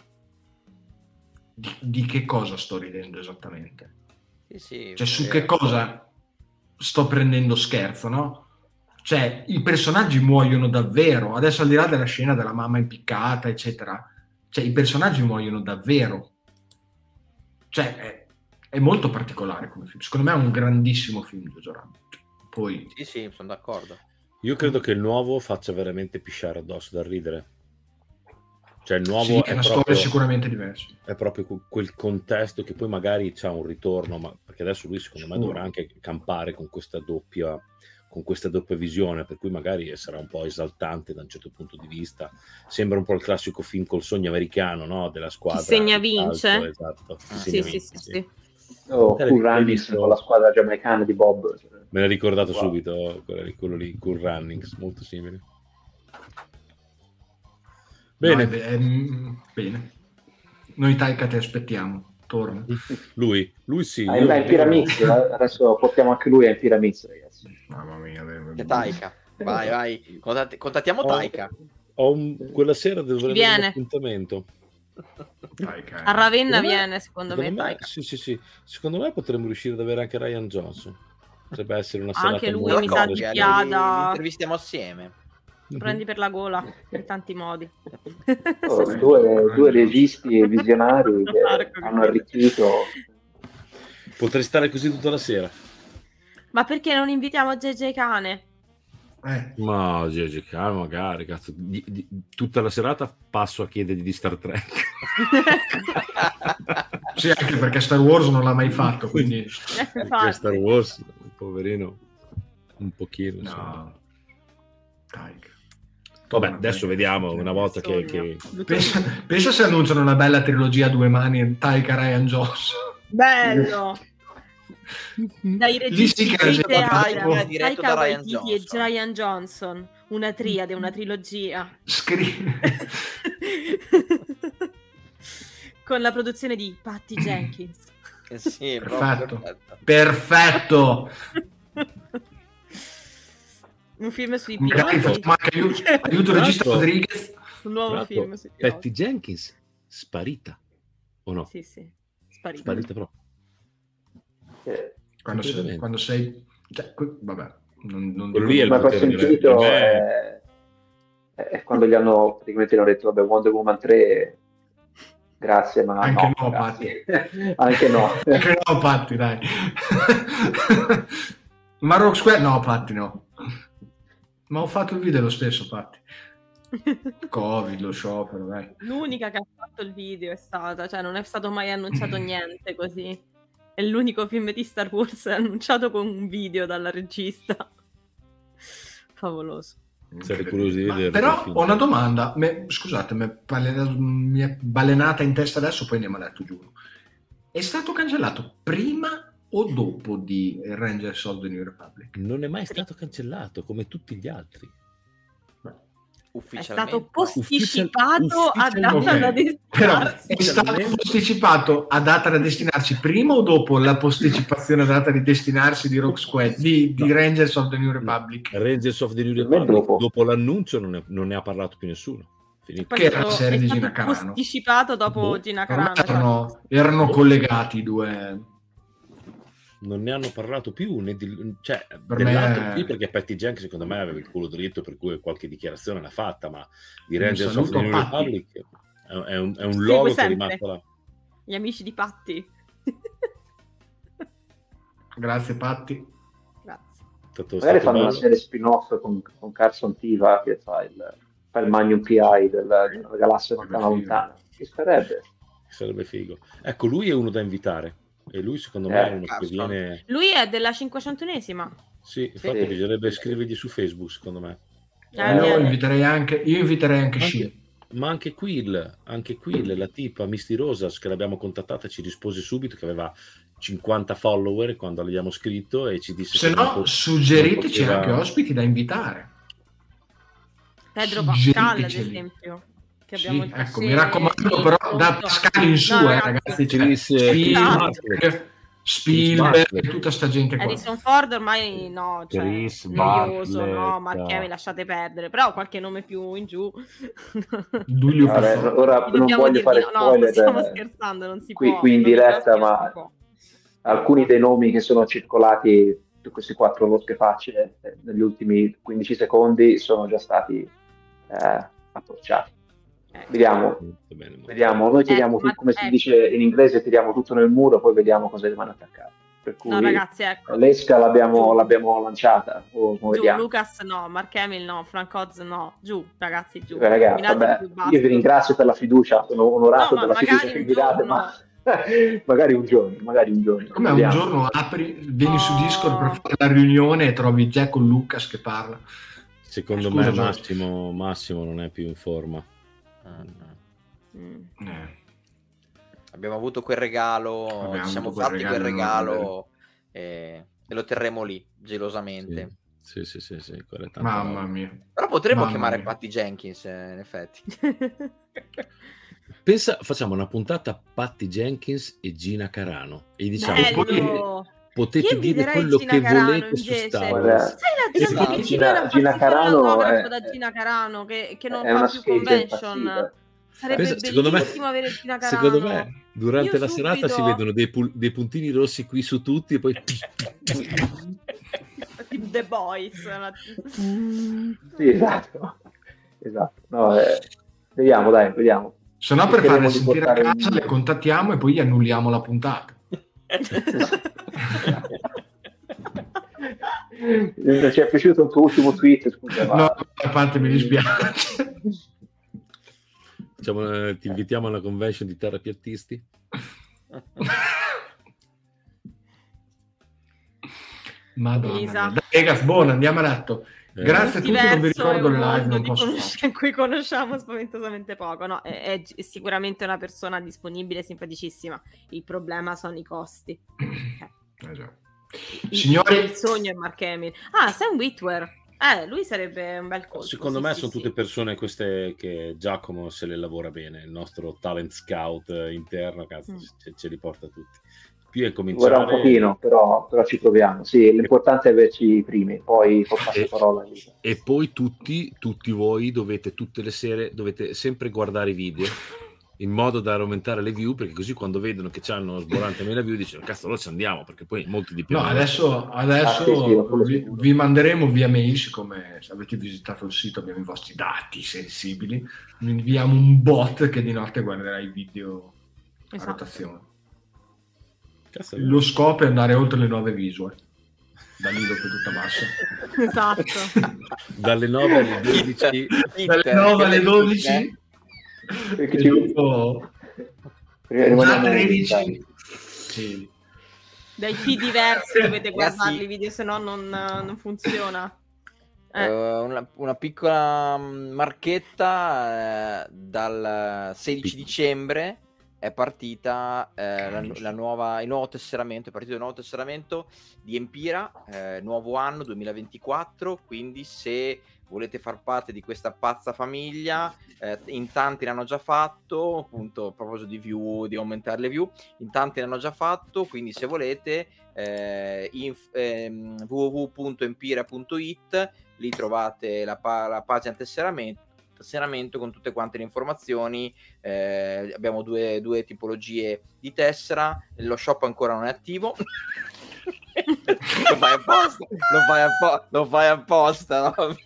S1: di che cosa sto ridendo esattamente?
S2: Sì,
S1: su che cosa sto prendendo scherzo, no? Cioè, i personaggi muoiono davvero. Adesso al di là della scena della mamma impiccata, eccetera, i personaggi muoiono davvero. Cioè, è molto particolare come film. Secondo me è un grandissimo film, Jojo Rabbit. Poi...
S2: Sì, sono d'accordo.
S3: Io credo che il nuovo faccia veramente pisciare addosso da ridere. Cioè il nuovo
S1: è una storia sicuramente diversa.
S3: È proprio quel contesto che poi magari c'ha un ritorno, ma perché adesso lui secondo me dovrà anche campare con questa doppia visione, per cui magari sarà un po' esaltante da un certo punto di vista. Sembra un po' il classico film col sogno americano, no? Della squadra.
S5: Chi segna vince.
S3: Esatto.
S5: Sì.
S4: Cool Runnings con la squadra giamaicana di Bob.
S3: Me l'ha ricordato subito quello lì, Cool Runnings, molto simile. Bene.
S1: No, bene. Noi Taika ti aspettiamo. Torna.
S3: Lui sì.
S4: È in Pyraminx, adesso portiamo anche lui a Pyraminx, ragazzi.
S1: Mamma mia.
S2: Che Taika. Vai. Contattiamo Taika.
S3: Quella sera devo avere un
S5: Viene.
S3: appuntamento.
S1: Taika.
S5: A Ravenna viene, secondo me,
S3: me
S5: Taika.
S3: sì. Secondo me potremmo riuscire ad avere anche Ryan Johnson. Potrebbe essere una serata
S5: Anche lui
S3: molto
S5: mi sa
S3: interessante.
S5: di chiada.
S2: Li intervistiamo assieme.
S5: Prendi per la gola in tanti modi.
S4: Due registi visionari che hanno arricchito.
S3: Potrei stare così tutta la sera.
S5: Ma perché non invitiamo JJ Cane?
S3: Ma GG, magari, cazzo. Tutta la serata passo a chiedergli di Star Trek.
S1: Sì, anche perché Star Wars non l'ha mai fatto, quindi...
S3: Perché Star Wars, poverino, un pochino.
S1: No. Taika.
S3: Vabbè, adesso vediamo una volta che...
S1: Pensa se annunciano una bella trilogia a due mani, Taika, Ryan Johnson.
S5: Bello! Dai registi
S2: Taika diretto da Ryan
S5: e
S2: Johnson.
S5: Ryan Johnson, una triade, una trilogia. Con la produzione di Patty Jenkins.
S2: Sì,
S1: Perfetto.
S5: Un film sui
S1: Magari
S5: piloti.
S1: facciamo anche aiuto regista Rodriguez.
S5: Un nuovo film sui piloti.
S3: Patty Jenkins sparita o no?
S5: Sì, sparita
S3: proprio.
S1: Quando sei cioè, vabbè, non
S3: quello lì è il
S4: ma
S3: potere
S4: questo sentito è quando gli hanno praticamente detto vabbè, Wonder Woman 3 grazie, ma
S1: anche
S4: no,
S1: Patti.
S4: anche no
S1: Patti, dai. Ma Rock Square no, Patti no, ma ho fatto il video lo stesso, Patti. Covid, lo sciopero, dai.
S5: L'unica che ha fatto il video è stata, cioè non è stato mai annunciato niente così. È l'unico film di Star Wars annunciato con un video dalla regista. Favoloso.
S3: Sarei curioso di vedere.
S1: Però ho una domanda, scusate, mi è balenata in testa adesso, poi andiamo a letto, giuro. È stato cancellato prima o dopo di Rangers of the New Republic?
S3: Non è mai stato cancellato, come tutti gli altri.
S5: È stato posticipato a data da destinarsi.
S1: Però è stato posticipato a data da destinarsi prima o dopo la posticipazione a data di destinarsi di Rogue Squad, di Rangers of the New Republic?
S3: Rangers of the New Republic dopo l'annuncio non ne ha parlato più nessuno. Finito.
S1: Che era la serie di Gina Carano.
S5: Posticipato dopo Gina Carano.
S1: Erano collegati i due.
S3: Non ne hanno parlato più, cioè
S1: per
S3: dell'altro qui, perché Patty Jenkins secondo me aveva il culo dritto, per cui qualche dichiarazione l'ha fatta, ma di Rangers of the New Republic è un logo che è rimasto là.
S5: Gli amici di Patty.
S1: Grazie Patty.
S5: Grazie.
S4: Magari fanno una serie spin-off con Carson Tiva che fa il Magnum PI della galassia lontana. Che sarebbe
S3: figo. Ecco, lui è uno da invitare. E lui secondo me è uno che viene...
S5: Lui è della 500esima.
S3: Sì, infatti bisognerebbe scrivergli su Facebook, secondo me.
S1: Io inviterei anche Shin.
S3: Ma anche Quill, la tipa Misty Rosas che l'abbiamo contattata, ci rispose subito che aveva 50 follower quando le abbiamo scritto e ci disse
S1: se no suggeriteci anche ospiti da invitare.
S5: Pedro Pascal ad esempio. Che abbiamo
S1: ecco, mi raccomando, però da Pascal in su, ragazzi, Spielberg, tutta sta gente qua.
S5: Harrison Ford ormai no, cioè, noioso, no, Mark Hamill lasciate perdere, però qualche nome più in giù.
S4: Ora non voglio fare spoiler,
S5: no, stiamo scherzando, non si può.
S4: Qui in diretta, ma alcuni dei nomi che sono circolati su questi 4 losche facce negli ultimi 15 secondi sono già stati approcciati. Vediamo, noi tiriamo come si dice in inglese, tiriamo tutto nel muro, poi vediamo cosa rimane attaccato. Per cui
S5: no, ragazzi, ecco.
S4: l'esca l'abbiamo lanciata.
S5: Giù, Lucas no, Mark Hamill no, Frank Oz no, giù, ragazzi, giù.
S4: Ragazzi, io vi ringrazio per la fiducia, sono onorato della fiducia che mi date, ma magari un giorno.
S1: Come un giorno vieni su Discord per fare la riunione e trovi Jack con Lucas che parla.
S3: Secondo me Massimo non è più in forma.
S2: Abbiamo avuto quel regalo, ci siamo fatti quel regalo e lo terremo lì gelosamente.
S3: Sì,
S1: mamma mia.
S2: Però potremmo chiamare Patty Jenkins, in effetti.
S3: Pensa, facciamo una puntata Patty Jenkins e Gina Carano e diciamo potete dire quello che volete su Star Wars.
S5: Sai la gente che Gina Carano da Gina Carano che non fa più convention. Sarebbe bellissimo avere Gina Carano.
S3: Secondo me durante la serata si vedono dei puntini rossi qui su tutti e poi
S5: The Boys.
S4: Sì, esatto. No, vediamo.
S1: Se no, per farle sentire a casa le contattiamo e poi gli annulliamo la puntata.
S4: Ci è piaciuto il tuo ultimo tweet, scusa.
S1: No, a parte mi dispiace.
S3: Ti invitiamo alla convention di terapiattisti.
S1: Madonna. Ragazzi, buona, andiamo a letto. Grazie a tutti, non vi ricordo le live, non posso
S5: in cui conosciamo spaventosamente poco. No, è sicuramente una persona disponibile, simpaticissima. Il problema sono i costi.
S1: Signori,
S5: il sogno è Mark Hamill. Sam Witwer. Lui sarebbe un bel colpo.
S3: Secondo me sono tutte persone queste che Giacomo se le lavora bene, il nostro talent scout interno, cazzo, ce li porta tutti. Più è cominciare...
S4: Vorrà un pochino, però ci proviamo. Sì, l'importante è averci i primi, poi passa parola.
S3: E poi tutti voi dovete tutte le sere, dovete sempre guardare i video in modo da aumentare le view, perché così quando vedono che c'hanno sborante meno view dicono cazzo, allora ci andiamo, perché poi molti dipendono.
S1: No, adesso vi manderemo via mail, siccome avete visitato il sito, abbiamo i vostri dati sensibili, vi inviamo un bot che di notte guarderà i video a rotazione. Lo scopo è andare oltre le 9 visual, da lì dopo tutta bassa.
S5: Esatto.
S3: Dalle 9 alle 12.
S1: Dalle 9 alle 12.
S4: Perché ci
S1: rimaniamo 13. Sì.
S5: Dai feed diversi dovete guardarli i video, se no non funziona.
S2: Una piccola marchetta, dal 16 dicembre è partita il nuovo tesseramento, è partito il nuovo tesseramento di Empira, nuovo anno 2024, quindi se volete far parte di questa pazza famiglia, in tanti l'hanno già fatto, appunto a proposito di view, di aumentare le view, in tanti l'hanno già fatto, quindi se volete www.empira.it, lì trovate la pagina tesseramento con tutte quante le informazioni. Abbiamo due tipologie di tessera, lo shop ancora non è attivo. Lo fai apposta, no?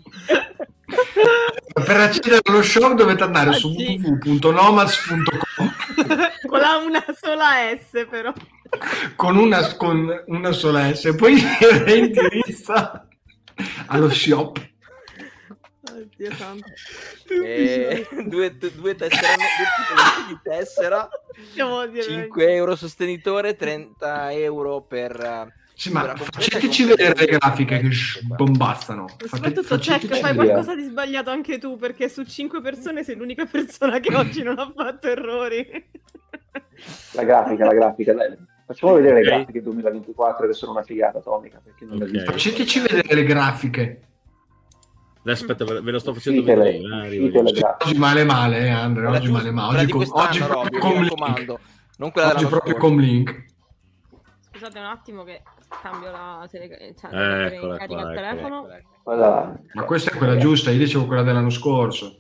S1: Per accedere allo shop dovete andare su www.nomads.com
S5: con una sola S, però
S1: con una sola S, poi indirizza allo shop.
S5: Oddio santo.
S2: Due tessere di tessera, 5 euro sostenitore, 30 euro per...
S1: Sì, ma faceteci vedere le grafiche che bombastano.
S5: Soprattutto fai qualcosa di sbagliato anche tu, perché su 5 persone sei l'unica persona che oggi non ha fatto errori.
S4: La grafica, dai. Facciamo vedere le grafiche 2024 che sono una figata atomica, perché non le visto.
S1: Faceteci vedere le grafiche.
S3: Aspetta, ve lo sto facendo vedere.
S1: Oggi male, Andrea, oggi male. Oggi proprio con link.
S2: Non quella
S1: oggi proprio con link.
S5: Scusate un attimo che cambio la carica
S3: il
S5: telefono.
S1: Ma questa è quella giusta, io dicevo quella dell'anno scorso.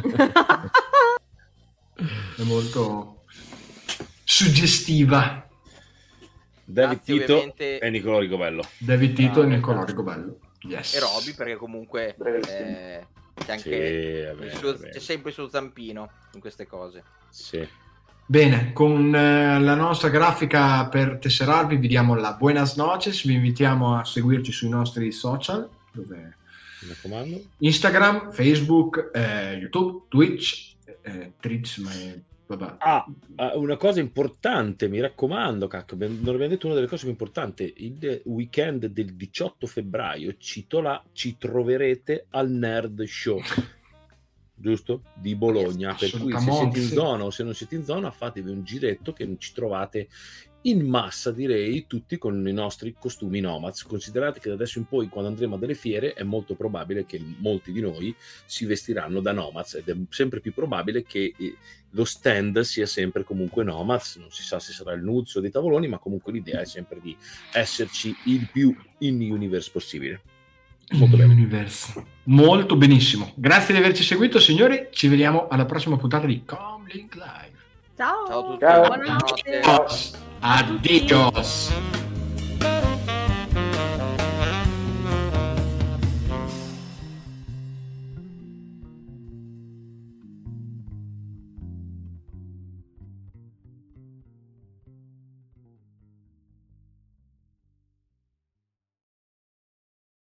S1: È molto suggestiva.
S3: David Tito e Nicolò Rigobello.
S1: David Tito e Nicolò Rigobello. Yes.
S2: E Roby, perché comunque c'è anche c'è sempre il suo zampino in queste cose.
S3: Sì.
S1: Bene, con la nostra grafica per tesserarvi vi diamo la buenas noches, vi invitiamo a seguirci sui nostri social, dove Instagram, Facebook, YouTube, Twitch, vabbè.
S3: Una cosa importante, mi raccomando, cacchio, non abbiamo detto una delle cose più importanti, il weekend del 18 febbraio ci troverete al Nerd Show. Giusto? Di Bologna, per cui se siete in zona o se non siete in zona fatevi un giretto che ci trovate in massa, direi, tutti con i nostri costumi nomads. Considerate che da adesso in poi, quando andremo a delle fiere, è molto probabile che molti di noi si vestiranno da nomads, ed è sempre più probabile che lo stand sia sempre comunque nomads. Non si sa se sarà il nuzzo dei tavoloni, ma comunque l'idea è sempre di esserci il più in universe possibile. Molto bene.
S1: Universe. Molto benissimo. Grazie di averci seguito, signori. Ci vediamo alla prossima puntata di Comlink Live.
S5: Ciao.
S2: Ciao a tutti.
S4: Ciao.
S5: Buonanotte.
S1: Adios.